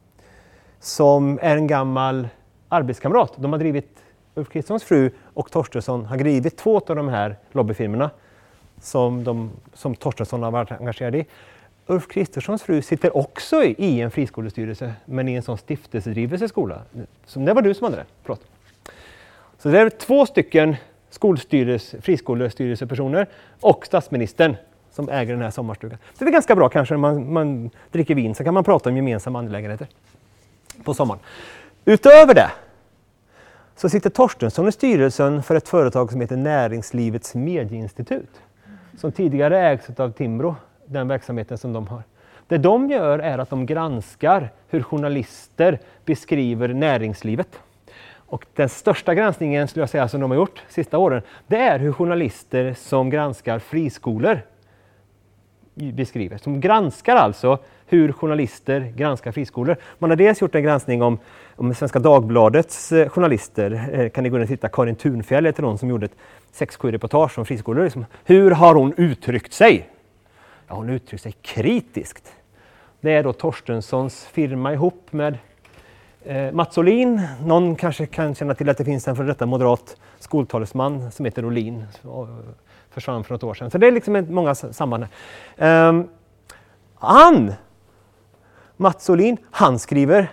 Som är en gammal arbetskamrat. De har drivit, Ulf Kristerssons fru och Torstensson har drivit två av de här lobbyfirmorna som, de, som Torstensson har varit engagerad i. Ulf Kristerssons fru sitter också i, i en friskolestyrelse, men i en sån stiftelsedrivelse skola. Som det var du som hade det. Förlåt. Så det är två stycken skolstyrelse, friskolestyrelsepersoner och statsministern som äger den här sommarstugan. Så det är ganska bra kanske när man, man dricker vin så kan man prata om gemensamma angelägenheter på sommaren. Utöver det så sitter Torstensson i styrelsen för ett företag som heter Näringslivets medieinstitut. Som tidigare ägs av Timbro, den verksamheten som de har. Det de gör är att de granskar hur journalister beskriver näringslivet. Och den största granskningen skulle jag säga som de har gjort de sista åren, det är hur journalister som granskar friskolor beskriver. Som granskar alltså hur journalister granskar friskolor. Man har dels gjort en granskning om, om Svenska Dagbladets eh, journalister. Eh, kan ni gå in och titta, Karin Thunfjell heter någon som gjorde ett sex sju reportage om friskolor. Liksom. Hur har hon uttryckt sig? Ja, hon uttryckt sig kritiskt Det är då Torstenssons firma ihop med eh, Mats Olin. Någon kanske kan känna till att det finns en för detta moderat skoltalesman som heter Olin. Försvann för något år sedan. Så det är liksom många samband. Um, han, Mats Olin, han skriver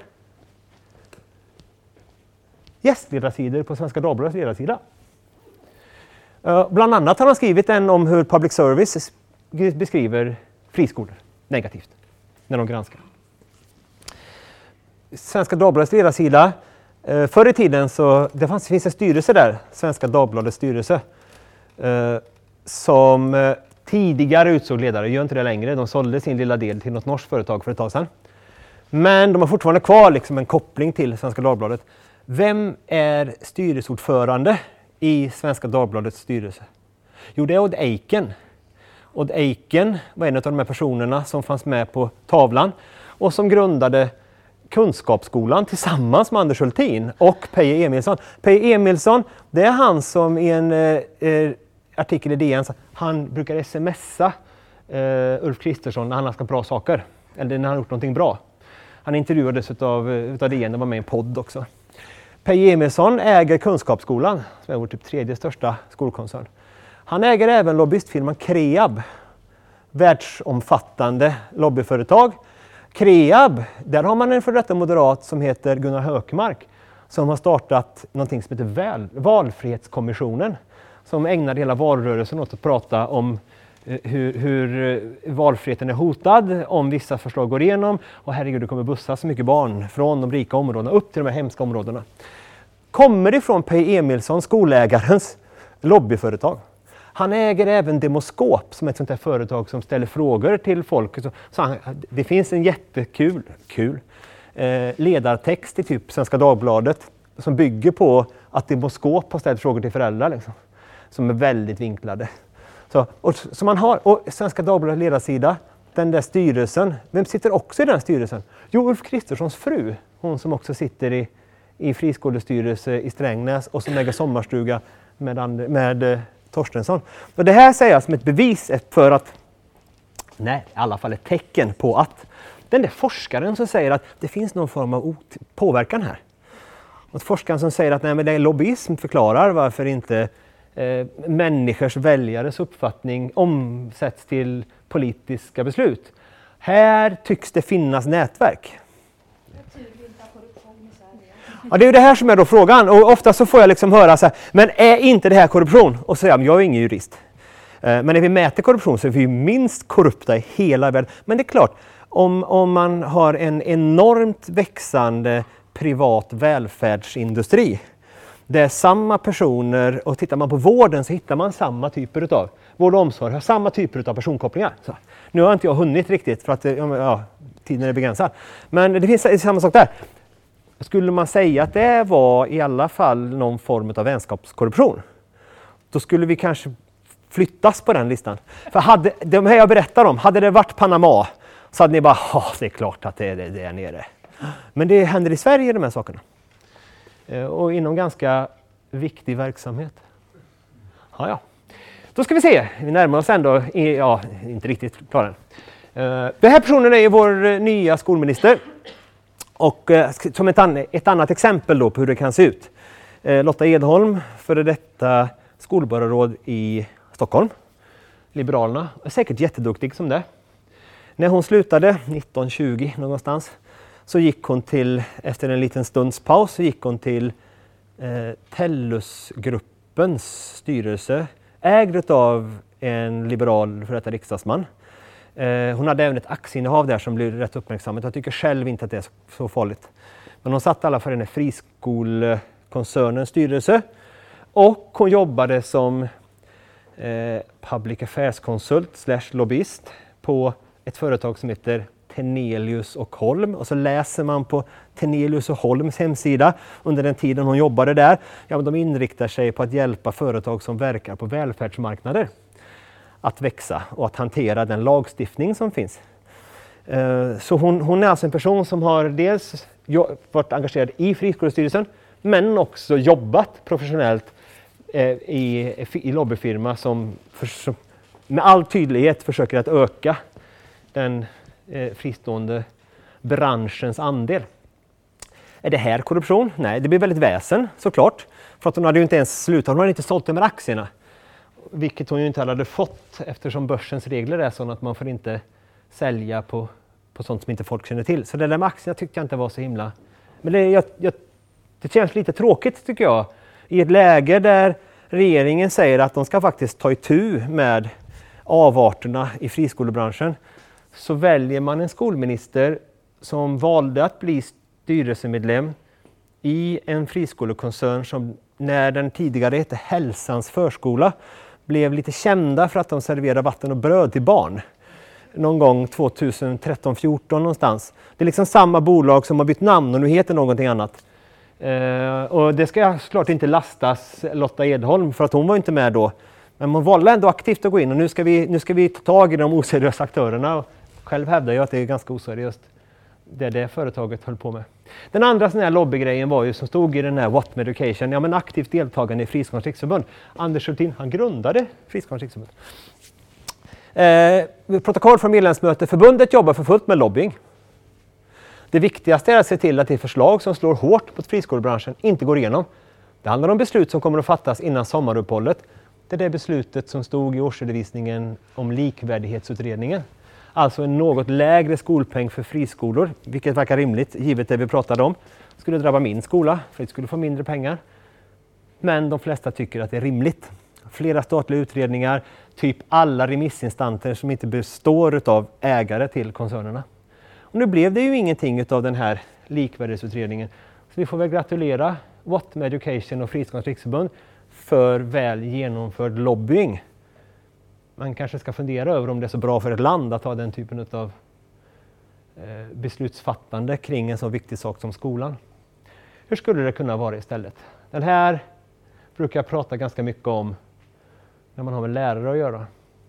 gästledarsidor på Svenska Dagbladets ledarsida. Uh, bland annat har han skrivit en om hur public service beskriver friskolor negativt när de granskar. Svenska Dagbladets ledarsida, uh, förr i tiden så det fanns, finns en styrelse där, Svenska Dagbladets styrelse, uh, som uh, tidigare utsåg ledare, gör inte det längre, de sålde sin lilla del till något norskt företag för ett tag sedan. Men de har fortfarande kvar liksom en koppling till Svenska Dagbladet. Vem är styrelseordförande i Svenska Dagbladets styrelse? Jo, det är Odd Eiken. Odd Eiken var en av de här personerna som fanns med på tavlan och som grundade Kunskapsskolan tillsammans med Anders Hultin och Peje Emilsson. Peje Emilsson, det är han som i en eh, artikel i D N, han brukar smsa eh, Ulf Kristersson när han ska bra saker, eller när han har gjort någonting bra. Han intervjuades utav, utav D N och var med i en podd också. Peje Emilsson äger Kunskapsskolan, som är vår typ tredje största skolkoncern. Han äger även lobbyistfirman Kreab, världsomfattande lobbyföretag. Kreab, där har man en för detta moderat som heter Gunnar Hökmark som har startat någonting som heter Väl, Valfrihetskommissionen, som ägnar hela valrörelsen åt att prata om Hur, hur valfriheten är hotad om vissa förslag går igenom och herregud, det kommer bussar så mycket barn från de rika områdena upp till de här hemska områdena. Kommer ifrån Peje Emilsson, skolägarens lobbyföretag. Han äger även Demoskop som är ett sånt här företag som ställer frågor till folk. Så, så han, det finns en jättekul kul, eh, ledartext i typ Svenska Dagbladet som bygger på att Demoskop har ställt frågor till föräldrar liksom, som är väldigt vinklade. Så, och, så man har, och Svenska Dagbladets ledarsida, den där styrelsen, vem sitter också i den styrelsen? Jo, Ulf Kristerssons fru, hon som också sitter i, i friskolestyrelse i Strängnäs och som äger sommarstuga med, med, med eh, Torstensson. Och det här säger jag som ett bevis för att, nej, i alla fall ett tecken på att den där forskaren som säger att det finns någon form av påverkan här. Och forskaren som säger att nej, men det är lobbyism förklarar varför inte Eh, människors väljares uppfattning omsätts till politiska beslut. Här tycks det finnas nätverk. Ja, det är ju det här som är då frågan. Och ofta så får jag liksom höra så här, men är inte det här korruption? Och så säger jag, jag är ingen jurist. Eh, men när vi mäter korruption så är vi minst korrupta i hela världen. Men det är klart, om, om man har en enormt växande privat välfärdsindustri det är samma personer, och tittar man på vården så hittar man samma typer av vård och omsorg, har samma typer av personkopplingar. Så, nu har inte jag hunnit riktigt för att ja, tiden är begränsad. Men det finns samma sak där. Skulle man säga att det var i alla fall någon form av vänskapskorruption, då skulle vi kanske flyttas på den listan. För hade, de här jag berättar om, hade det varit Panama så hade ni bara, ja det är klart att det är det är nere. Men det händer i Sverige de här sakerna. Och inom ganska viktig verksamhet. Ja, ja. Då ska vi se, vi närmar oss ändå, i, ja, inte riktigt klara än. Uh, den här personen är vår uh, nya skolminister. Och uh, som ett, an- ett annat exempel då på hur det kan se ut. Uh, Lotta Edholm, före detta skolborgarråd i Stockholm. Liberalerna, är säkert jätteduktig som det. När hon slutade, nitton tjugo någonstans, så gick hon till, efter en liten stunds paus, så gick hon till eh, Tellusgruppens styrelse, ägd av en liberal för detta riksdagsman. Eh, hon hade även ett aktieinnehav där som blev rätt uppmärksammat. Jag tycker själv inte att det är så, så farligt. Men hon satt i alla fall i den här friskolkoncernens styrelse och hon jobbade som eh, public affairs-konsult slash lobbyist på ett företag som heter Tenelius och Holm, och så läser man på Tenelius och Holms hemsida under den tiden hon jobbade där. Ja, men de inriktar sig på att hjälpa företag som verkar på välfärdsmarknader att växa och att hantera den lagstiftning som finns. Så hon, hon är alltså en person som har dels varit engagerad i friskolestyrelsen men också jobbat professionellt i, i lobbyfirma som, för, som med all tydlighet försöker att öka den eh, fristående branschens andel. Är det här korruption? Nej, det blir väldigt väsen såklart. För att hon hade ju inte ens slutat, hon hade inte sålt de här aktierna. Vilket hon ju inte hade fått eftersom börsens regler är sådana att man får inte sälja på, på sånt som inte folk känner till. Så det där med aktierna tyckte jag inte var så himla... Men det, jag, jag, det känns lite tråkigt tycker jag. I ett läge där regeringen säger att de ska faktiskt ta itu med avarterna i friskolebranschen, så väljer man en skolminister som valde att bli styrelsemedlem i en friskolekoncern som när den tidigare hette Hälsans förskola blev lite kända för att de serverade vatten och bröd till barn. Någon gång tjugotretton fjorton någonstans. Det är liksom samma bolag som har bytt namn och nu heter någonting annat. Eh, och det ska jag såklart inte lastas Lotta Edholm för att hon var inte med då. Men man valde ändå aktivt att gå in och nu ska vi, nu ska vi ta tag i de oseriösa aktörerna. Och själv hävdar jag att det är ganska oseriöst det det företaget höll på med. Den andra sån här lobbygrejen var ju som stod i den här What med Education, ja men aktivt deltagande i Friskolans riksförbund. Anders Schultin, han grundade Friskolans riksförbund. Eh, protokoll från medlemsmöte, förbundet jobbar för fullt med lobbying. Det viktigaste är att se till att det förslag som slår hårt på friskolebranschen inte går igenom. Det handlar om beslut som kommer att fattas innan sommaruppehållet. Det är det beslutet som stod i årsredovisningen om likvärdighetsutredningen. Alltså en något lägre skolpeng för friskolor, vilket verkar rimligt givet det vi pratade om. Skulle drabba min skola, för det skulle få mindre pengar. Men de flesta tycker att det är rimligt. Flera statliga utredningar, typ alla remissinstanser som inte består av ägare till koncernerna. Och nu blev det ju ingenting av den här likvärdighetsutredningen. Så vi får väl gratulera What med Education och Friskolans riksförbund för väl genomförd lobbying. Man kanske ska fundera över om det är så bra för ett land att ha den typen av eh, beslutsfattande kring en så viktig sak som skolan. Hur skulle det kunna vara istället? Den här brukar jag prata ganska mycket om när man har med lärare att göra.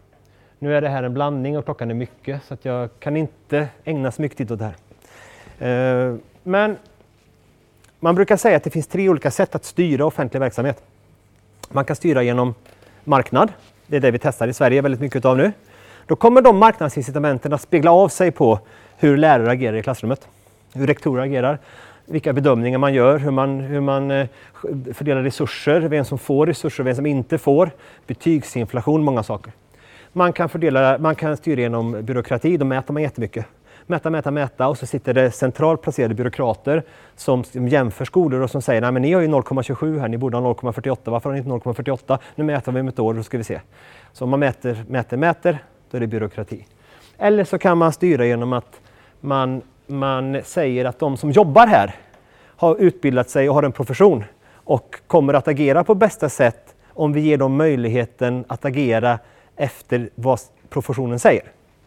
Nu är det här en blandning och klockan är mycket så att jag kan inte ägna så mycket tid åt det här. Eh, men man brukar säga att det finns tre olika sätt att styra offentlig verksamhet. Man kan styra genom marknad. Det är det vi testar i Sverige väldigt mycket av nu. Då kommer de marknadsincitamenten att spegla av sig på hur lärare agerar i klassrummet. Hur rektorer agerar, vilka bedömningar man gör, hur man, hur man fördelar resurser, vem som får resurser och vem som inte får. Betygsinflation, många saker. Man kan, fördela, man kan styra genom byråkrati, då mäter man jättemycket. Mäta, mäta, mäta och så sitter det centralt placerade byråkrater som jämför skolor och som säger nej men ni har ju noll komma tjugosju här, ni borde ha noll komma fyrtioåtta, varför har ni inte noll komma fyrtioåtta? Nu mäter vi om ett år, då ska vi se. Så om man mäter, mäter, mäter, då är det byråkrati. Eller så kan man styra genom att man, man säger att de som jobbar här har utbildat sig och har en profession och kommer att agera på bästa sätt om vi ger dem möjligheten att agera efter vad professionen säger.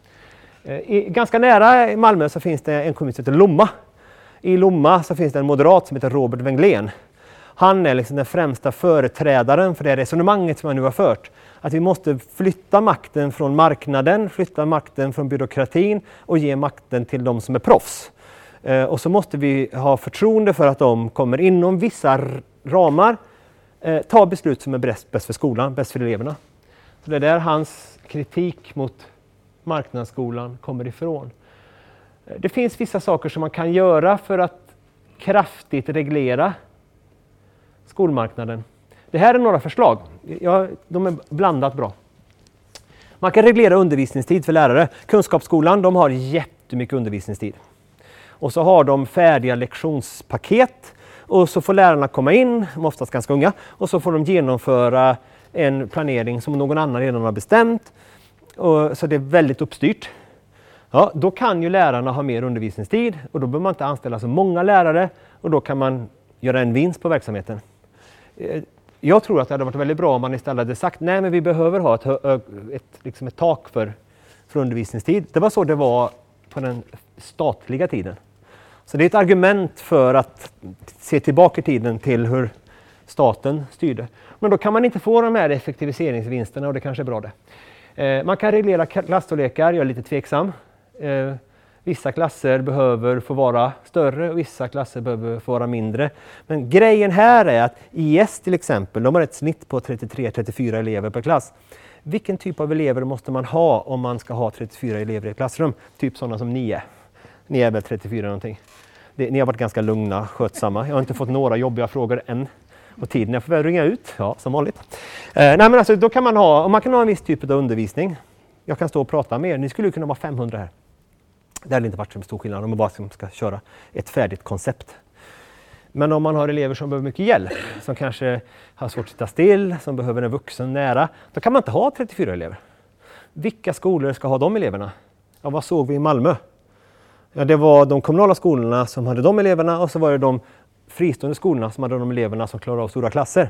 I, ganska nära Malmö så finns det en kommun som heter Lomma. I Lomma så finns det en moderat som heter Robert Wenglén. Han är liksom den främsta företrädaren för det resonemanget som han nu har fört. Att vi måste flytta makten från marknaden, flytta makten från byråkratin och ge makten till de som är proffs. Eh, och så måste vi ha förtroende för att de kommer inom vissa ramar eh, ta beslut som är bäst, bäst för skolan, bäst för eleverna. Så det är där hans kritik mot marknadsskolan kommer ifrån. Det finns vissa saker som man kan göra för att kraftigt reglera skolmarknaden. Det här är några förslag. Ja, de är blandat bra. Man kan reglera undervisningstid för lärare. Kunskapsskolan, de har jättemycket undervisningstid. Och så har de färdiga lektionspaket. Och så får lärarna komma in, de är oftast ganska unga. Och så får de genomföra en planering som någon annan redan har bestämt. Och, så det är väldigt uppstyrt. Ja, då kan ju lärarna ha mer undervisningstid och då behöver man inte anställa så många lärare och då kan man göra en vinst på verksamheten. Jag tror att det hade varit väldigt bra om man istället hade sagt nej men vi behöver ha ett, ett, liksom ett tak för, för undervisningstid. Det var så det var på den statliga tiden. Så det är ett argument för att se tillbaka i tiden till hur staten styrde. Men då kan man inte få de här effektiviseringsvinsterna och det kanske är bra det. Man kan reglera klassstorlekar, jag är lite tveksam. Vissa klasser behöver få vara större och vissa klasser behöver få vara mindre. Men grejen här är att I S till exempel, de har ett snitt på trettiotre till trettiofyra elever per klass. Vilken typ av elever måste man ha om man ska ha trettiofyra elever i ett klassrum? Typ sådana som ni är. Ni är väl trettiofyra någonting. Det, ni har varit ganska lugna, skötsamma. Jag har inte fått några jobbiga frågor än. Och tiden är för att ringa ut, ja, som vanligt. Eh, nej, men alltså, då kan man ha, om man kan ha en viss typ av undervisning. Jag kan stå och prata med er. Ni skulle kunna vara femhundra här. Det hade inte varit så stor skillnad om man bara ska köra ett färdigt koncept. Men om man har elever som behöver mycket hjälp, som kanske har svårt att sitta still, som behöver en vuxen nära, då kan man inte ha trettiofyra elever. Vilka skolor ska ha de eleverna? Ja, vad såg vi i Malmö? Ja, det var de kommunala skolorna som hade de eleverna och så var det de fristående skolorna som hade de eleverna som klarar av stora klasser.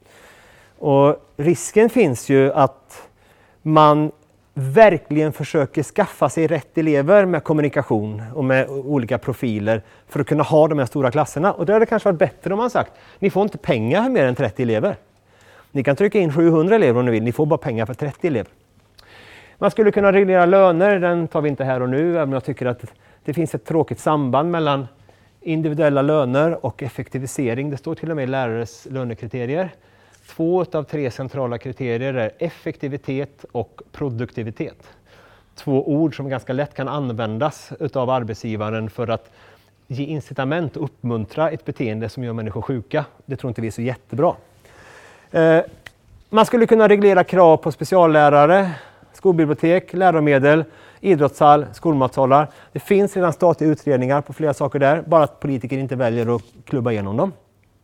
Och risken finns ju att man verkligen försöker skaffa sig rätt elever med kommunikation och med olika profiler för att kunna ha de här stora klasserna. Och det hade kanske varit bättre om man sagt, ni får inte pengar för mer än trettio elever. Ni kan trycka in sjuhundra elever om ni vill, ni får bara pengar för trettio elever. Man skulle kunna reglera löner, den tar vi inte här och nu, även om jag tycker att det finns ett tråkigt samband mellan individuella löner och effektivisering. Det står till och med i lärares lönekriterier. Två av tre centrala kriterier är effektivitet och produktivitet. Två ord som ganska lätt kan användas av arbetsgivaren för att ge incitament och uppmuntra ett beteende som gör människor sjuka. Det tror inte vi är så jättebra. Eh, man skulle kunna reglera krav på speciallärare, skolbibliotek, läromedel, idrottshall, skolmatsalar. Det finns redan statliga utredningar på flera saker där, bara att politiker inte väljer att klubba igenom dem.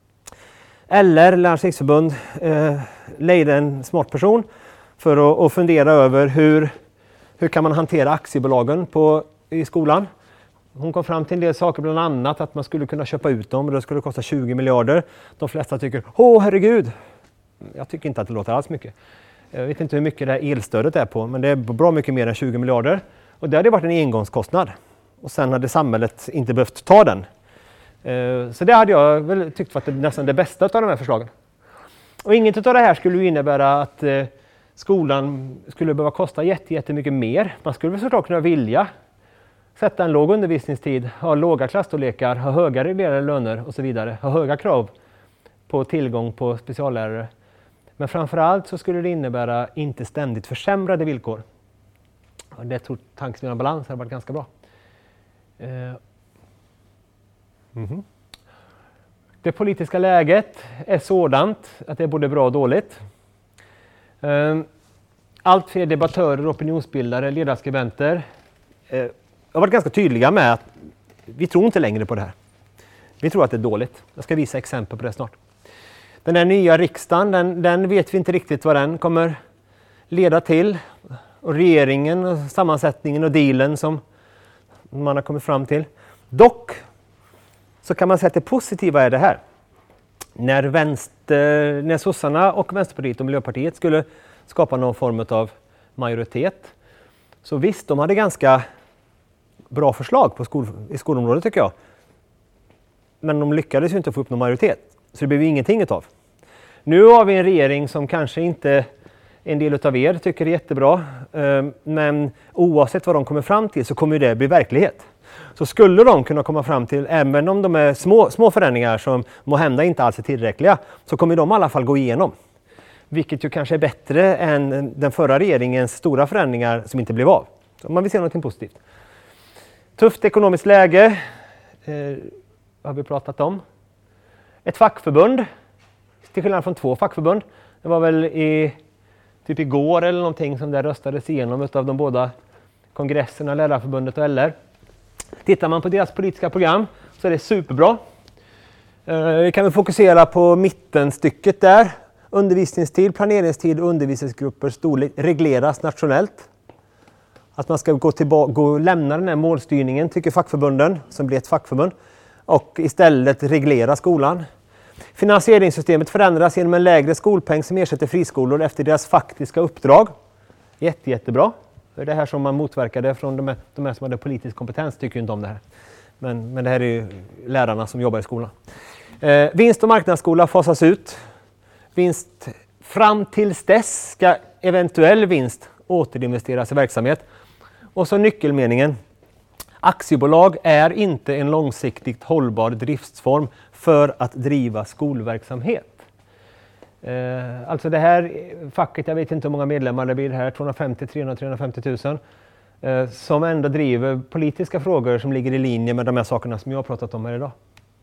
Eller Lärarnas riksförbund eh, lejde en smart person för att, att fundera över hur, hur kan man hantera aktiebolagen på, i skolan. Hon kom fram till en del saker, bland annat att man skulle kunna köpa ut dem och det skulle kosta tjugo miljarder. De flesta tycker, åh herregud, jag tycker inte att det låter alls mycket. Jag vet inte hur mycket det här elstödet är på, men det är bra mycket mer än tjugo miljarder. Och det hade varit en engångskostnad. Och sen hade samhället inte behövt ta den. Så det hade jag väl tyckt var nästan det bästa av de här förslagen. Och inget av det här skulle innebära att skolan skulle behöva kosta jättemycket mer. Man skulle såklart kunna vilja sätta en låg undervisningstid, ha låga klassstorlekar, ha höga reglerade löner och så vidare. Ha höga krav på tillgång på speciallärare. Men framförallt så skulle det innebära inte ständigt försämrade villkor. Och det tror tanksmedjan balans har varit ganska bra. Mm-hmm. Det politiska läget är sådant att det är både bra och dåligt. Allt fler debattörer, opinionsbildare, ledarskribenter har varit ganska tydliga med att vi tror inte längre på det här. Vi tror att det är dåligt. Jag ska visa exempel på det snart. Den här nya riksdagen, den, den vet vi inte riktigt vad den kommer leda till. Och regeringen, och sammansättningen och dealen som man har kommit fram till. Dock så kan man säga att det positiva är det här. När, vänster, när sossarna och Vänsterpartiet och Miljöpartiet skulle skapa någon form av majoritet. Så visst, de hade ganska bra förslag på skol, i skolområdet tycker jag. Men de lyckades ju inte få upp någon majoritet. Så det blev ingenting utav. Nu har vi en regering som kanske inte en del av er tycker är jättebra. Men oavsett vad de kommer fram till så kommer det bli verklighet. Så skulle de kunna komma fram till, även om de är små, små förändringar som må hända inte alls är tillräckliga, så kommer de i alla fall gå igenom. Vilket ju kanske är bättre än den förra regeringens stora förändringar som inte blev av. Så man vill se något positivt. Tufft ekonomiskt läge, eh, har vi pratat om. Ett fackförbund, till skillnad från två fackförbund. Det var väl i, typ igår eller någonting som det röstades igenom av de båda kongresserna, Lärarförbundet och L R. Tittar man på deras politiska program så är det superbra. Eh, vi kan väl fokusera på mittenstycket där. Undervisningstid, planeringstid och undervisningsgrupper storlek regleras nationellt. Att man ska gå tillbaka, gå och lämna den här målstyrningen tycker fackförbunden som blir ett fackförbund och istället reglera skolan. Finansieringssystemet förändras genom en lägre skolpeng som ersätter friskolor efter deras faktiska uppdrag. Jätte, jättebra. Det är det här som man motverkade från de här, de här som hade politisk kompetens tycker inte om det här. Men, men det här är ju lärarna som jobbar i skolan. Eh, vinst- och marknadsskola fasas ut. Vinst fram tills dess ska eventuell vinst återinvesteras i verksamhet. Och så nyckelmeningen. Aktiebolag är inte en långsiktigt hållbar driftsform för att driva skolverksamhet. Eh, alltså det här facket, jag vet inte hur många medlemmar det blir här, tvåhundrafemtio, trehundra, trehundrafemtio tusen. Eh, som ändå driver politiska frågor som ligger i linje med de här sakerna som jag har pratat om här idag.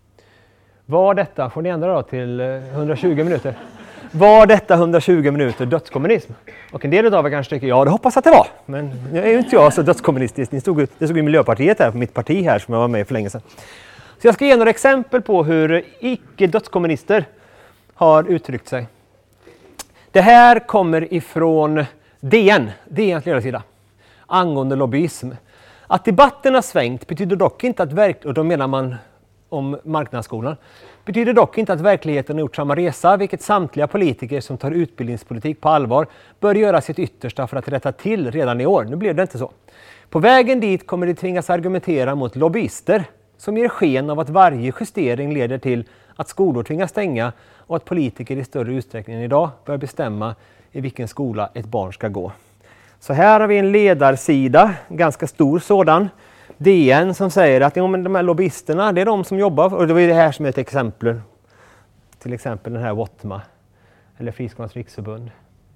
Var detta, får ni ändra då till hundratjugo minuter. Var detta hundratjugo minuter dödskommunism? Och en del av er kanske tycker, ja det hoppas att det var. Men jag är ju inte jag så dödskommunistisk. Det stod, det stod i Miljöpartiet här, mitt parti här som jag var med för länge sedan. Så jag ska ge några exempel på hur icke-dödskommunister har uttryckt sig. Det här kommer ifrån D N, D N:s ledarsida, angående lobbyism. Att debatten har svängt betyder dock inte att verk- och då menar man om marknadsskolan, betyder dock inte att verkligheten har gjort samma resa, vilket samtliga politiker som tar utbildningspolitik på allvar bör göra sitt yttersta för att rätta till redan i år. Nu blev det inte så. På vägen dit kommer de tvingas argumentera mot lobbyister som ger sken av att varje justering leder till att skolor tvingas stänga och att politiker i större utsträckning än idag bör bestämma i vilken skola ett barn ska gå. Så här har vi en ledarsida, ganska stor sådan, D N som säger att ja, men de här lobbyisterna, det är de som jobbar, och det var det här som är ett exempel. Till exempel den här Wottma, eller Friskolornas riksförbund.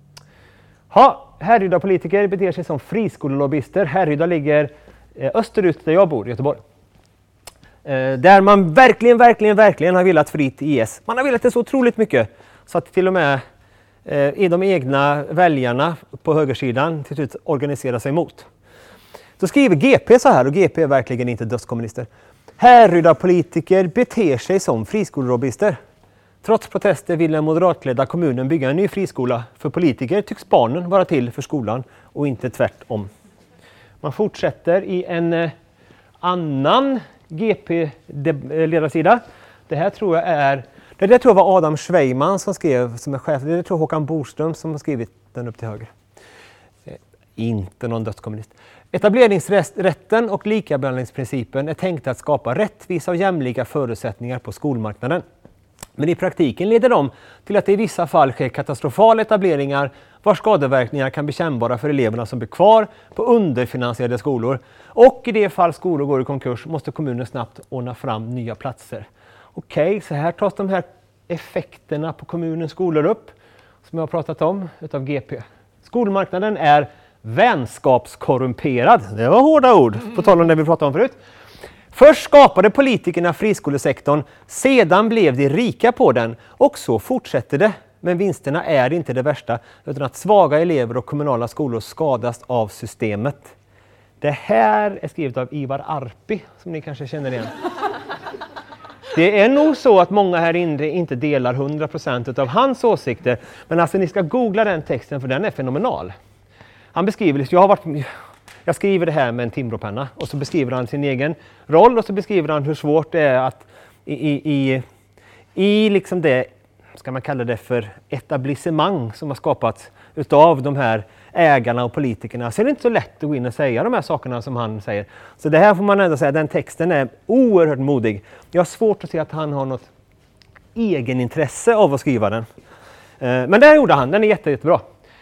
Ja, Härryda politiker beter sig som friskolelobbyister. Härryda ligger eh, österut där jag bor, i Göteborg. Eh, där man verkligen, verkligen, verkligen har velat fritt I S. Man har velat det så otroligt mycket så att till och med eh, i de egna väljarna på högersidan till slut organiserar sig emot. Då skriver G P så här, och G P är verkligen inte dödskommunister. Härryda politiker beter sig som friskolelobbyister. Trots protester vill den moderatledda kommunen bygga en ny friskola. För politiker tycks barnen vara till för skolan och inte tvärtom. Man fortsätter i en eh, annan G P-ledarsida. Det här tror jag är, det där tror jag var Adam Schweiman som skrev som är chef. Det där tror jag Håkan Boström som har skrivit den upp till höger. Eh, inte någon dödskommunist. Etableringsrätten och likabehandlingsprincipen är tänkta att skapa rättvisa och jämlika förutsättningar på skolmarknaden. Men i praktiken leder de till att det i vissa fall sker katastrofala etableringar vars skadeverkningar kan bli kännbara för eleverna som blir kvar på underfinansierade skolor. Och i det fall skolor går i konkurs måste kommunen snabbt ordna fram nya platser. Okej, så här tas de här effekterna på kommunens skolor upp som jag har pratat om utav G P. Skolmarknaden är vänskapskorrumperad. Det var hårda ord, på tal om det vi pratade om förut. Först skapade politikerna friskolesektorn, sedan blev de rika på den och så fortsätter det. Men vinsterna är inte det värsta, utan att svaga elever och kommunala skolor skadas av systemet. Det här är skrivet av Ivar Arpi, som ni kanske känner igen. Det är nog så att många här inne inte delar hundra procent av hans åsikter, men alltså ni ska googla den texten för den är fenomenal. Han beskriver, jag har varit... Jag skriver det här med en Timbro-penna och så beskriver han sin egen roll och så beskriver han hur svårt det är att i, i, i, i liksom det, ska man kalla det för etablissemang som har skapats utav de här ägarna och politikerna, så är det inte så lätt att gå in och säga de här sakerna som han säger. Så det här får man ändå säga, den texten är oerhört modig. Jag har svårt att se att han har något egenintresse av att skriva den. Men det här gjorde han, den är jätte, jättebra.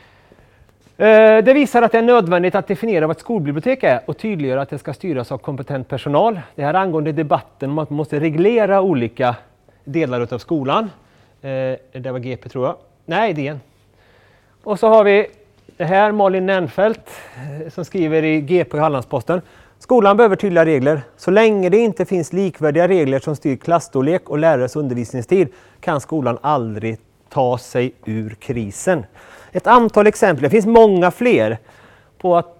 Det visar att det är nödvändigt att definiera vad ett skolbibliotek är och tydliggöra att det ska styras av kompetent personal. Det här angående debatten om att man måste reglera olika delar av skolan. Det var G P tror jag. Nej, det är en. Och så har vi det här Malin Nernfeldt som skriver i G P Hallandsposten. Skolan behöver tydliga regler. Så länge det inte finns likvärdiga regler som styr klassstorlek och lärares undervisningstid kan skolan aldrig ta sig ur krisen. Ett antal exempel, det finns många fler, på att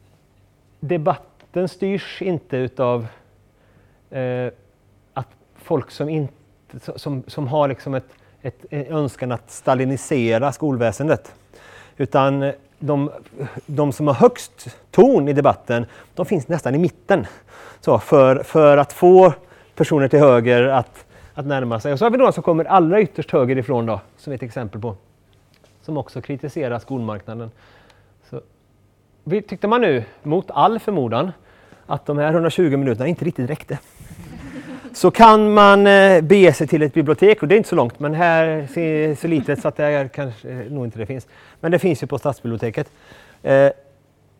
debatten styrs inte utav eh, att folk som, inte, som, som har liksom ett, ett, en önskan att stalinisera skolväsendet. Utan de, de som har högst ton i debatten, de finns nästan i mitten. Så för, för att få personer till höger att, att närma sig. Och så har vi några som kommer allra ytterst höger ifrån då, som ett exempel på. Som också kritiserar skolmarknaden. Så, tyckte man nu, mot all förmodan, att de här hundratjugo minuterna inte riktigt räckte. Så kan man eh, bege sig till ett bibliotek, och det är inte så långt, men här är så litet så att det är, kanske nog inte det finns. Men det finns ju på stadsbiblioteket. Eh,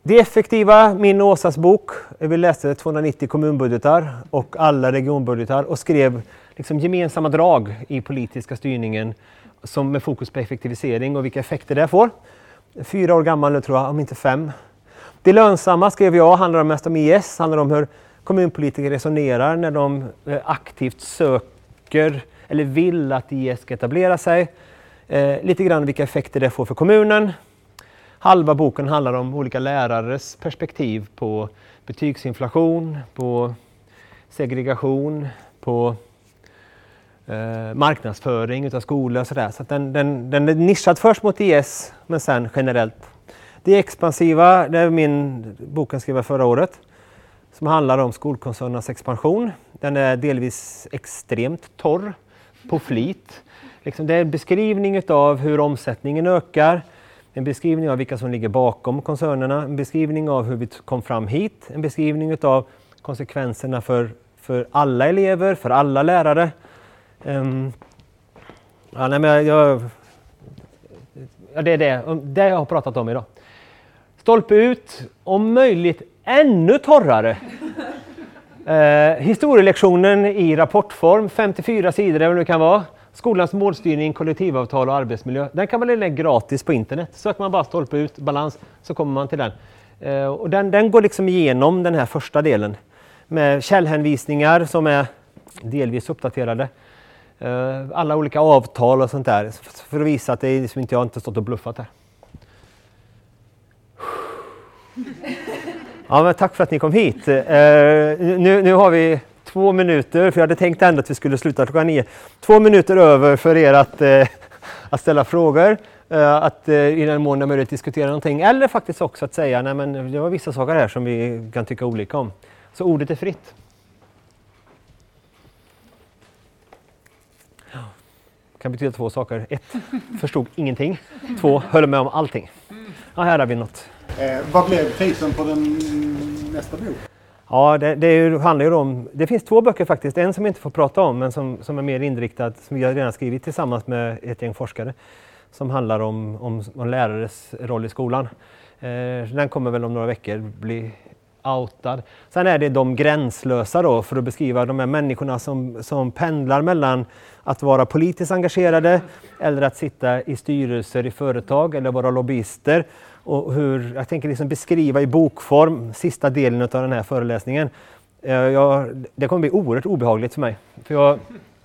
Det effektiva, min och Åsas bok. Vi läste tvåhundranittio kommunbudgetar och alla regionbudgetar och skrev liksom gemensamma drag i politiska styrningen som med fokus på effektivisering och vilka effekter det får. Fyra år gammal nu tror jag, om inte fem. Det lönsamma skrev jag, handlar mest om I S, handlar om hur kommunpolitiker resonerar när de aktivt söker eller vill att I S ska etablera sig. Eh, lite grann vilka effekter det får för kommunen. Halva boken handlar om olika lärares perspektiv på betygsinflation, på segregation, på eh, marknadsföring utav skolor och sådär. Så att den, den, den är nischad först mot I S men sen generellt. Det expansiva, det är min boken skrev förra året, som handlar om skolkoncernernas expansion. Den är delvis extremt torr, på flit. Liksom det är en beskrivning av hur omsättningen ökar, en beskrivning av vilka som ligger bakom koncernerna, en beskrivning av hur vi kom fram hit, en beskrivning av konsekvenserna för, för alla elever, för alla lärare. Um, ja, nej, men jag, jag, ja, det är det, det jag har pratat om idag. Stolpe ut, om möjligt ännu torrare. Eh, historielektionen i rapportform, femtiofyra sidor eller vad det kan vara. Skolans målstyrning, kollektivavtal och arbetsmiljö. Den kan man lägga gratis på internet. Söker man bara stolpe ut, balans, så kommer man till den. Eh, och den, den går liksom igenom den här första delen. Med källhänvisningar som är delvis uppdaterade. Eh, alla olika avtal och sånt där. För att visa att det är liksom inte, jag har inte stått och bluffat här. Ja, men tack för att ni kom hit. Eh, nu, nu har vi två minuter, för jag hade tänkt ändå att vi skulle sluta klockan nio. Två minuter över för er att, eh, att ställa frågor, eh, att eh, i den mån det är möjligt diskutera någonting. Eller faktiskt också att säga, nej men det var vissa saker här som vi kan tycka olika om. Så ordet är fritt. Det kan betyda två saker. Ett, förstod ingenting. Två, höll med om allting. Ja, här har vi något. Eh, vad blev titeln på den nästa bok? Ja, det, det är ju, handlar ju om... Det finns två böcker faktiskt. En som jag inte får prata om, men som, som är mer inriktad, som vi har redan skrivit tillsammans med ett gäng forskare, som handlar om, om, om lärares roll i skolan. Eh, den kommer väl om några veckor bli outad. Sen är det de gränslösa då, för att beskriva de här människorna som, som pendlar mellan att vara politiskt engagerade eller att sitta i styrelser i företag eller vara lobbyister. Och hur, jag tänker liksom beskriva i bokform sista delen av den här föreläsningen. Jag, det kommer bli oerhört obehagligt för mig. För jag,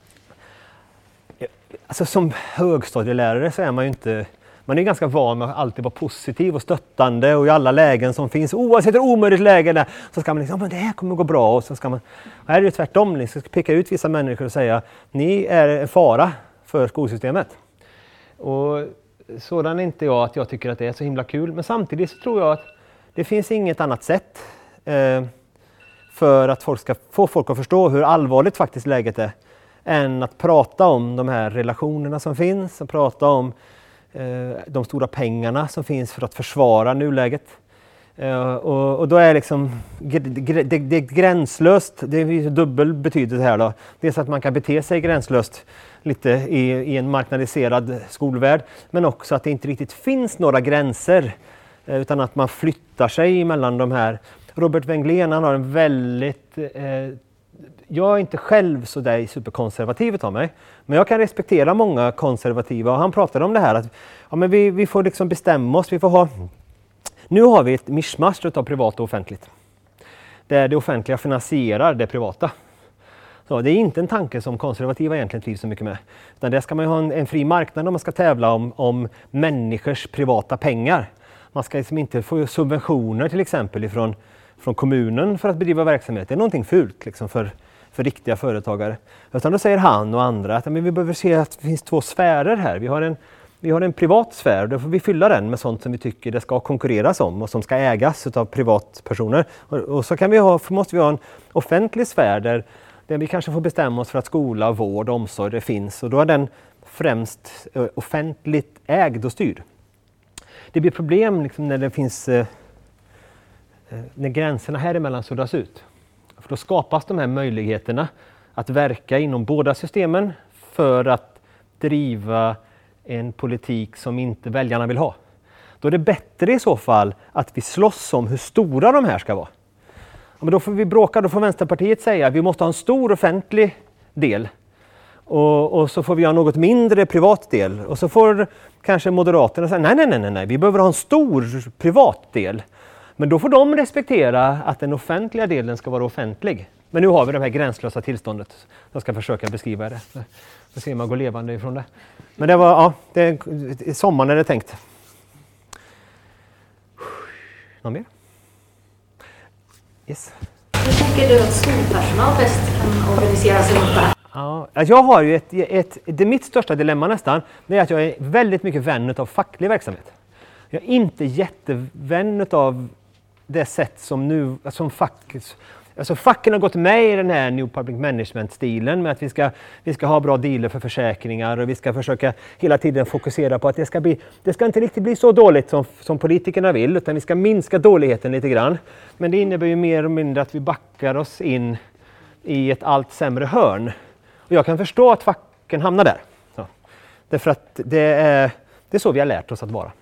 alltså som högstadielärare så är man ju inte... Man är ganska van med att alltid vara positiv och stöttande och i alla lägen som finns. Oavsett ett omöjligt läge där, så ska man liksom, men det här kommer gå bra. Och så ska man, här är det tvärtom, ni ska peka ut vissa människor och säga, ni är en fara för skolsystemet. Och sådan är inte jag att jag tycker att det är så himla kul. Men samtidigt så tror jag att det finns inget annat sätt eh, för att folk ska få folk att förstå hur allvarligt faktiskt läget är än att prata om de här relationerna som finns och prata om eh, de stora pengarna som finns för att försvara nuläget. Eh, och, och då är liksom det, det, det är gränslöst, det är ju dubbel betydelse här då. Dels att man kan bete sig gränslöst lite i, i en marknadiserad skolvärld, men också att det inte riktigt finns några gränser eh, utan att man flyttar sig mellan de här. Robert Wenglén, han har en väldigt eh, jag är inte själv så där superkonservativ av mig, men jag kan respektera många konservativa, och han pratade om det här att ja, men vi, vi får liksom bestämma oss, vi får ha nu har vi ett mischmasch av privat och offentligt där det offentliga finansierar det privata. Så det är inte en tanke som konservativa egentligen trivs så mycket med. Utan där ska man ju ha en, en fri marknad om man ska tävla om, om människors privata pengar. Man ska liksom inte få subventioner till exempel ifrån, från kommunen för att bedriva verksamhet. Det är någonting fult liksom för, för riktiga företagare. Utan då säger han och andra att men vi behöver se att det finns två sfärer här. Vi har en, vi har en privat sfär, då får vi fylla den med sånt som vi tycker det ska konkurreras om och som ska ägas av privatpersoner. Och, och så kan vi ha, måste vi ha en offentlig sfär där där vi kanske får bestämma oss för att skola, vård och omsorg det finns. Och då är den främst uh, offentligt ägd och styrd. Det blir problem liksom, när det finns uh, när gränserna här emellan suddas ut. För då skapas de här möjligheterna att verka inom båda systemen för att driva en politik som inte väljarna vill ha. Då är det bättre i så fall att vi slåss om hur stora de här ska vara. Ja, men då får vi bråka, då får Vänsterpartiet säga att vi måste ha en stor offentlig del. Och, och så får vi ha något mindre privat del. Och så får kanske Moderaterna säga nej, nej, nej, nej, nej, vi behöver ha en stor privat del. Men då får de respektera att den offentliga delen ska vara offentlig. Men nu har vi det här gränslösa tillståndet. Jag ska försöka beskriva det. Då ser man gå levande ifrån det. Men det var, ja, det, sommaren är det tänkt. Någon mer? Yes. Hur tänker du att skolpersonal bäst kan organisera sig runt det här? Ja, jag har ju ett, ett, det mitt största dilemma nästan, det är att jag är väldigt mycket vän av facklig verksamhet. Jag är inte jättevän av det sätt som nu, som fack, alltså facken har gått med i den här New Public Management-stilen med att vi ska, vi ska ha bra dealer för försäkringar och vi ska försöka hela tiden fokusera på att det ska bli, det ska inte riktigt bli så dåligt som, som politikerna vill, utan vi ska minska dåligheten lite grann. Men det innebär ju mer och mindre att vi backar oss in i ett allt sämre hörn. Och jag kan förstå att facken hamnar där. Ja. Därför att det är, det är så vi har lärt oss att vara.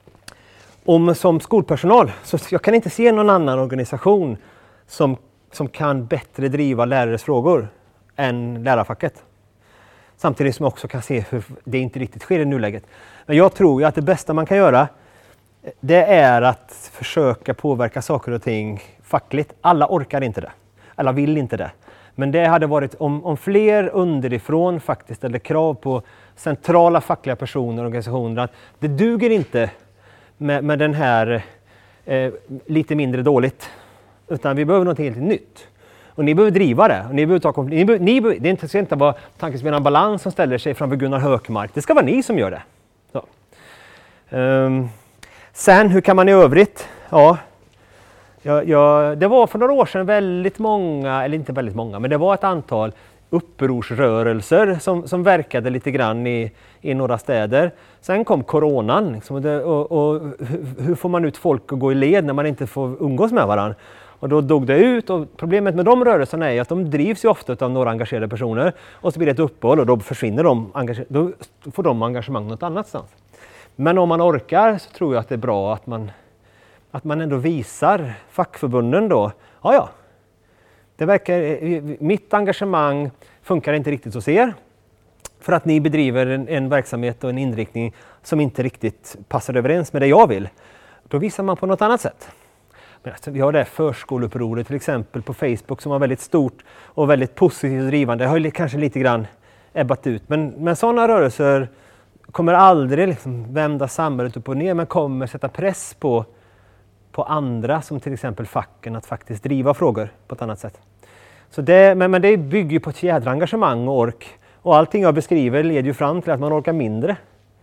Om som skolpersonal, så jag kan inte se någon annan organisation som, som kan bättre driva lärares frågor än lärarfacket. Samtidigt som jag också kan se hur det inte riktigt sker i nuläget. Men jag tror ju att det bästa man kan göra, det är att försöka påverka saker och ting fackligt. Alla orkar inte det. Alla vill inte det. Men det hade varit om, om fler underifrån faktiskt ställde krav på centrala fackliga personer och organisationer att det duger inte med, med den här eh, lite mindre dåligt, utan vi behöver något helt nytt. Och ni behöver driva det. Och ni behöver ta, ni behöver, ni behöver, det är inte, ska inte vara tankesmedjan Balans som ställer sig framför Gunnar Hökmark. Det ska vara ni som gör det. Så. Um, sen, hur kan man i övrigt? Ja, ja, ja, det var för några år sedan väldigt många, eller inte väldigt många, men det var ett antal upprorsrörelser som, som verkade lite grann i, i några städer. Sen kom coronan liksom, och, det, och, och hur, hur får man ut folk att gå i led när man inte får umgås med varandra? Och då dog det ut, och problemet med de rörelserna är att de drivs ju ofta av några engagerade personer och så blir det ett uppehåll och då försvinner de, då får de engagemang något annanstans. Men om man orkar så tror jag att det är bra att man, att man ändå visar fackförbunden då, ja ja, det verkar, mitt engagemang funkar inte riktigt hos er för att ni bedriver en, en verksamhet och en inriktning som inte riktigt passar överens med det jag vill. Då visar man på något annat sätt. Men alltså, vi har det här förskoleupproret till exempel på Facebook som var väldigt stort och väldigt positivt och drivande. Det har kanske lite grann ebbat ut. Men, men sådana rörelser kommer aldrig liksom vända samhället upp och ner, men kommer sätta press på, på andra som till exempel facken att faktiskt driva frågor på ett annat sätt. Så det, men, men det bygger på ett jädra engagemang och ork. Och allting jag beskriver leder ju fram till att man orkar mindre.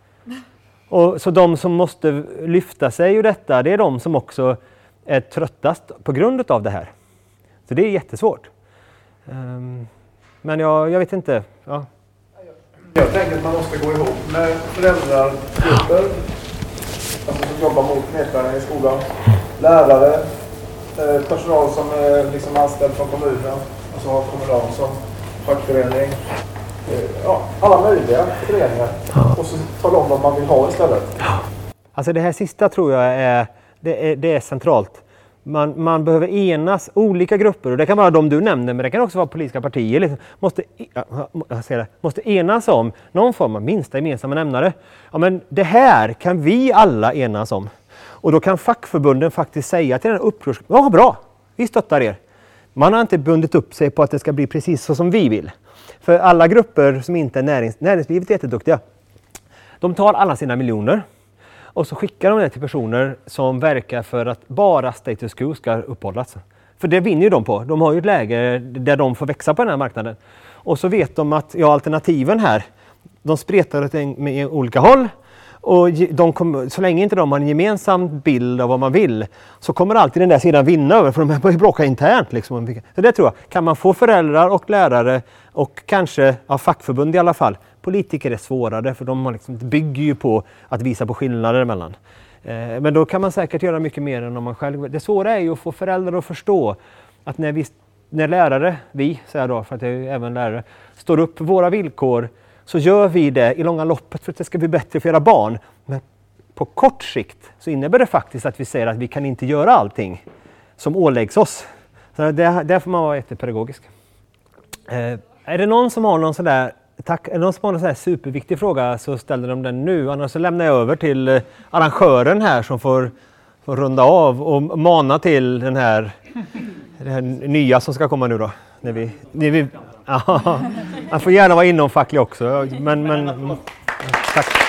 Och, så de som måste lyfta sig ur detta, det är de som också är tröttast på grund av det här. Så det är jättesvårt. Um, men jag, jag vet inte. Ja. Jag tänker att man måste gå ihop med föräldragrupper, alltså som jobbar mot nedskärningar i skolan, lärare, eh, personal som är liksom anställd från kommunen, och så har kommunal som fackförening, eh, ja, alla möjliga föreningar. Ja. Och så tala om vad man vill ha istället. Ja. Alltså det här sista tror jag är Det är, det är centralt. Man, man behöver enas, olika grupper, och det kan vara de du nämnde, men det kan också vara politiska partier, liksom, måste, jag säger det, måste enas om någon form av minsta gemensamma nämnare. Ja, men det här kan vi alla enas om. Och då kan fackförbunden faktiskt säga till den upprors... Ja, bra, vi stöttar er. Man har inte bundit upp sig på att det ska bli precis så som vi vill. För alla grupper som inte är närings, näringslivet är jätteduktiga. De tar alla sina miljoner. Och så skickar de det till personer som verkar för att bara status quo ska uppehållas. För det vinner ju de på. De har ju ett läge där de får växa på den här marknaden. Och så vet de att ja, alternativen här, de spretar åt en, med olika håll. Och de kom, så länge inte de har en gemensam bild av vad man vill, så kommer alltid den där sidan vinna över, för de börjar bråka internt. Liksom. Så det tror jag. Kan man få föräldrar och lärare och kanske ja, fackförbund i alla fall. Politiker är svårare, för de har liksom, bygger ju på att visa på skillnader emellan. Eh, men då kan man säkert göra mycket mer än om man själv... Det svåra är ju att få föräldrar att förstå att när, vi, när lärare, vi säger då, för att jag är även lärare, står upp för våra villkor, så gör vi det i långa loppet för att det ska bli bättre för era barn. Men på kort sikt så innebär det faktiskt att vi säger att vi kan inte göra allting som åläggs oss. Så det, där får man vara jättepedagogisk. Eh, är det någon som har någon sån där, tack, är det någon som har någon sån där superviktig fråga så ställer de den nu. Annars så lämnar jag över till eh, arrangören här som får, får runda av och mana till den här, det här nya som ska komma nu då. När vi, när vi, ja, man får gärna vara inomfacklig också. Men, men, tack.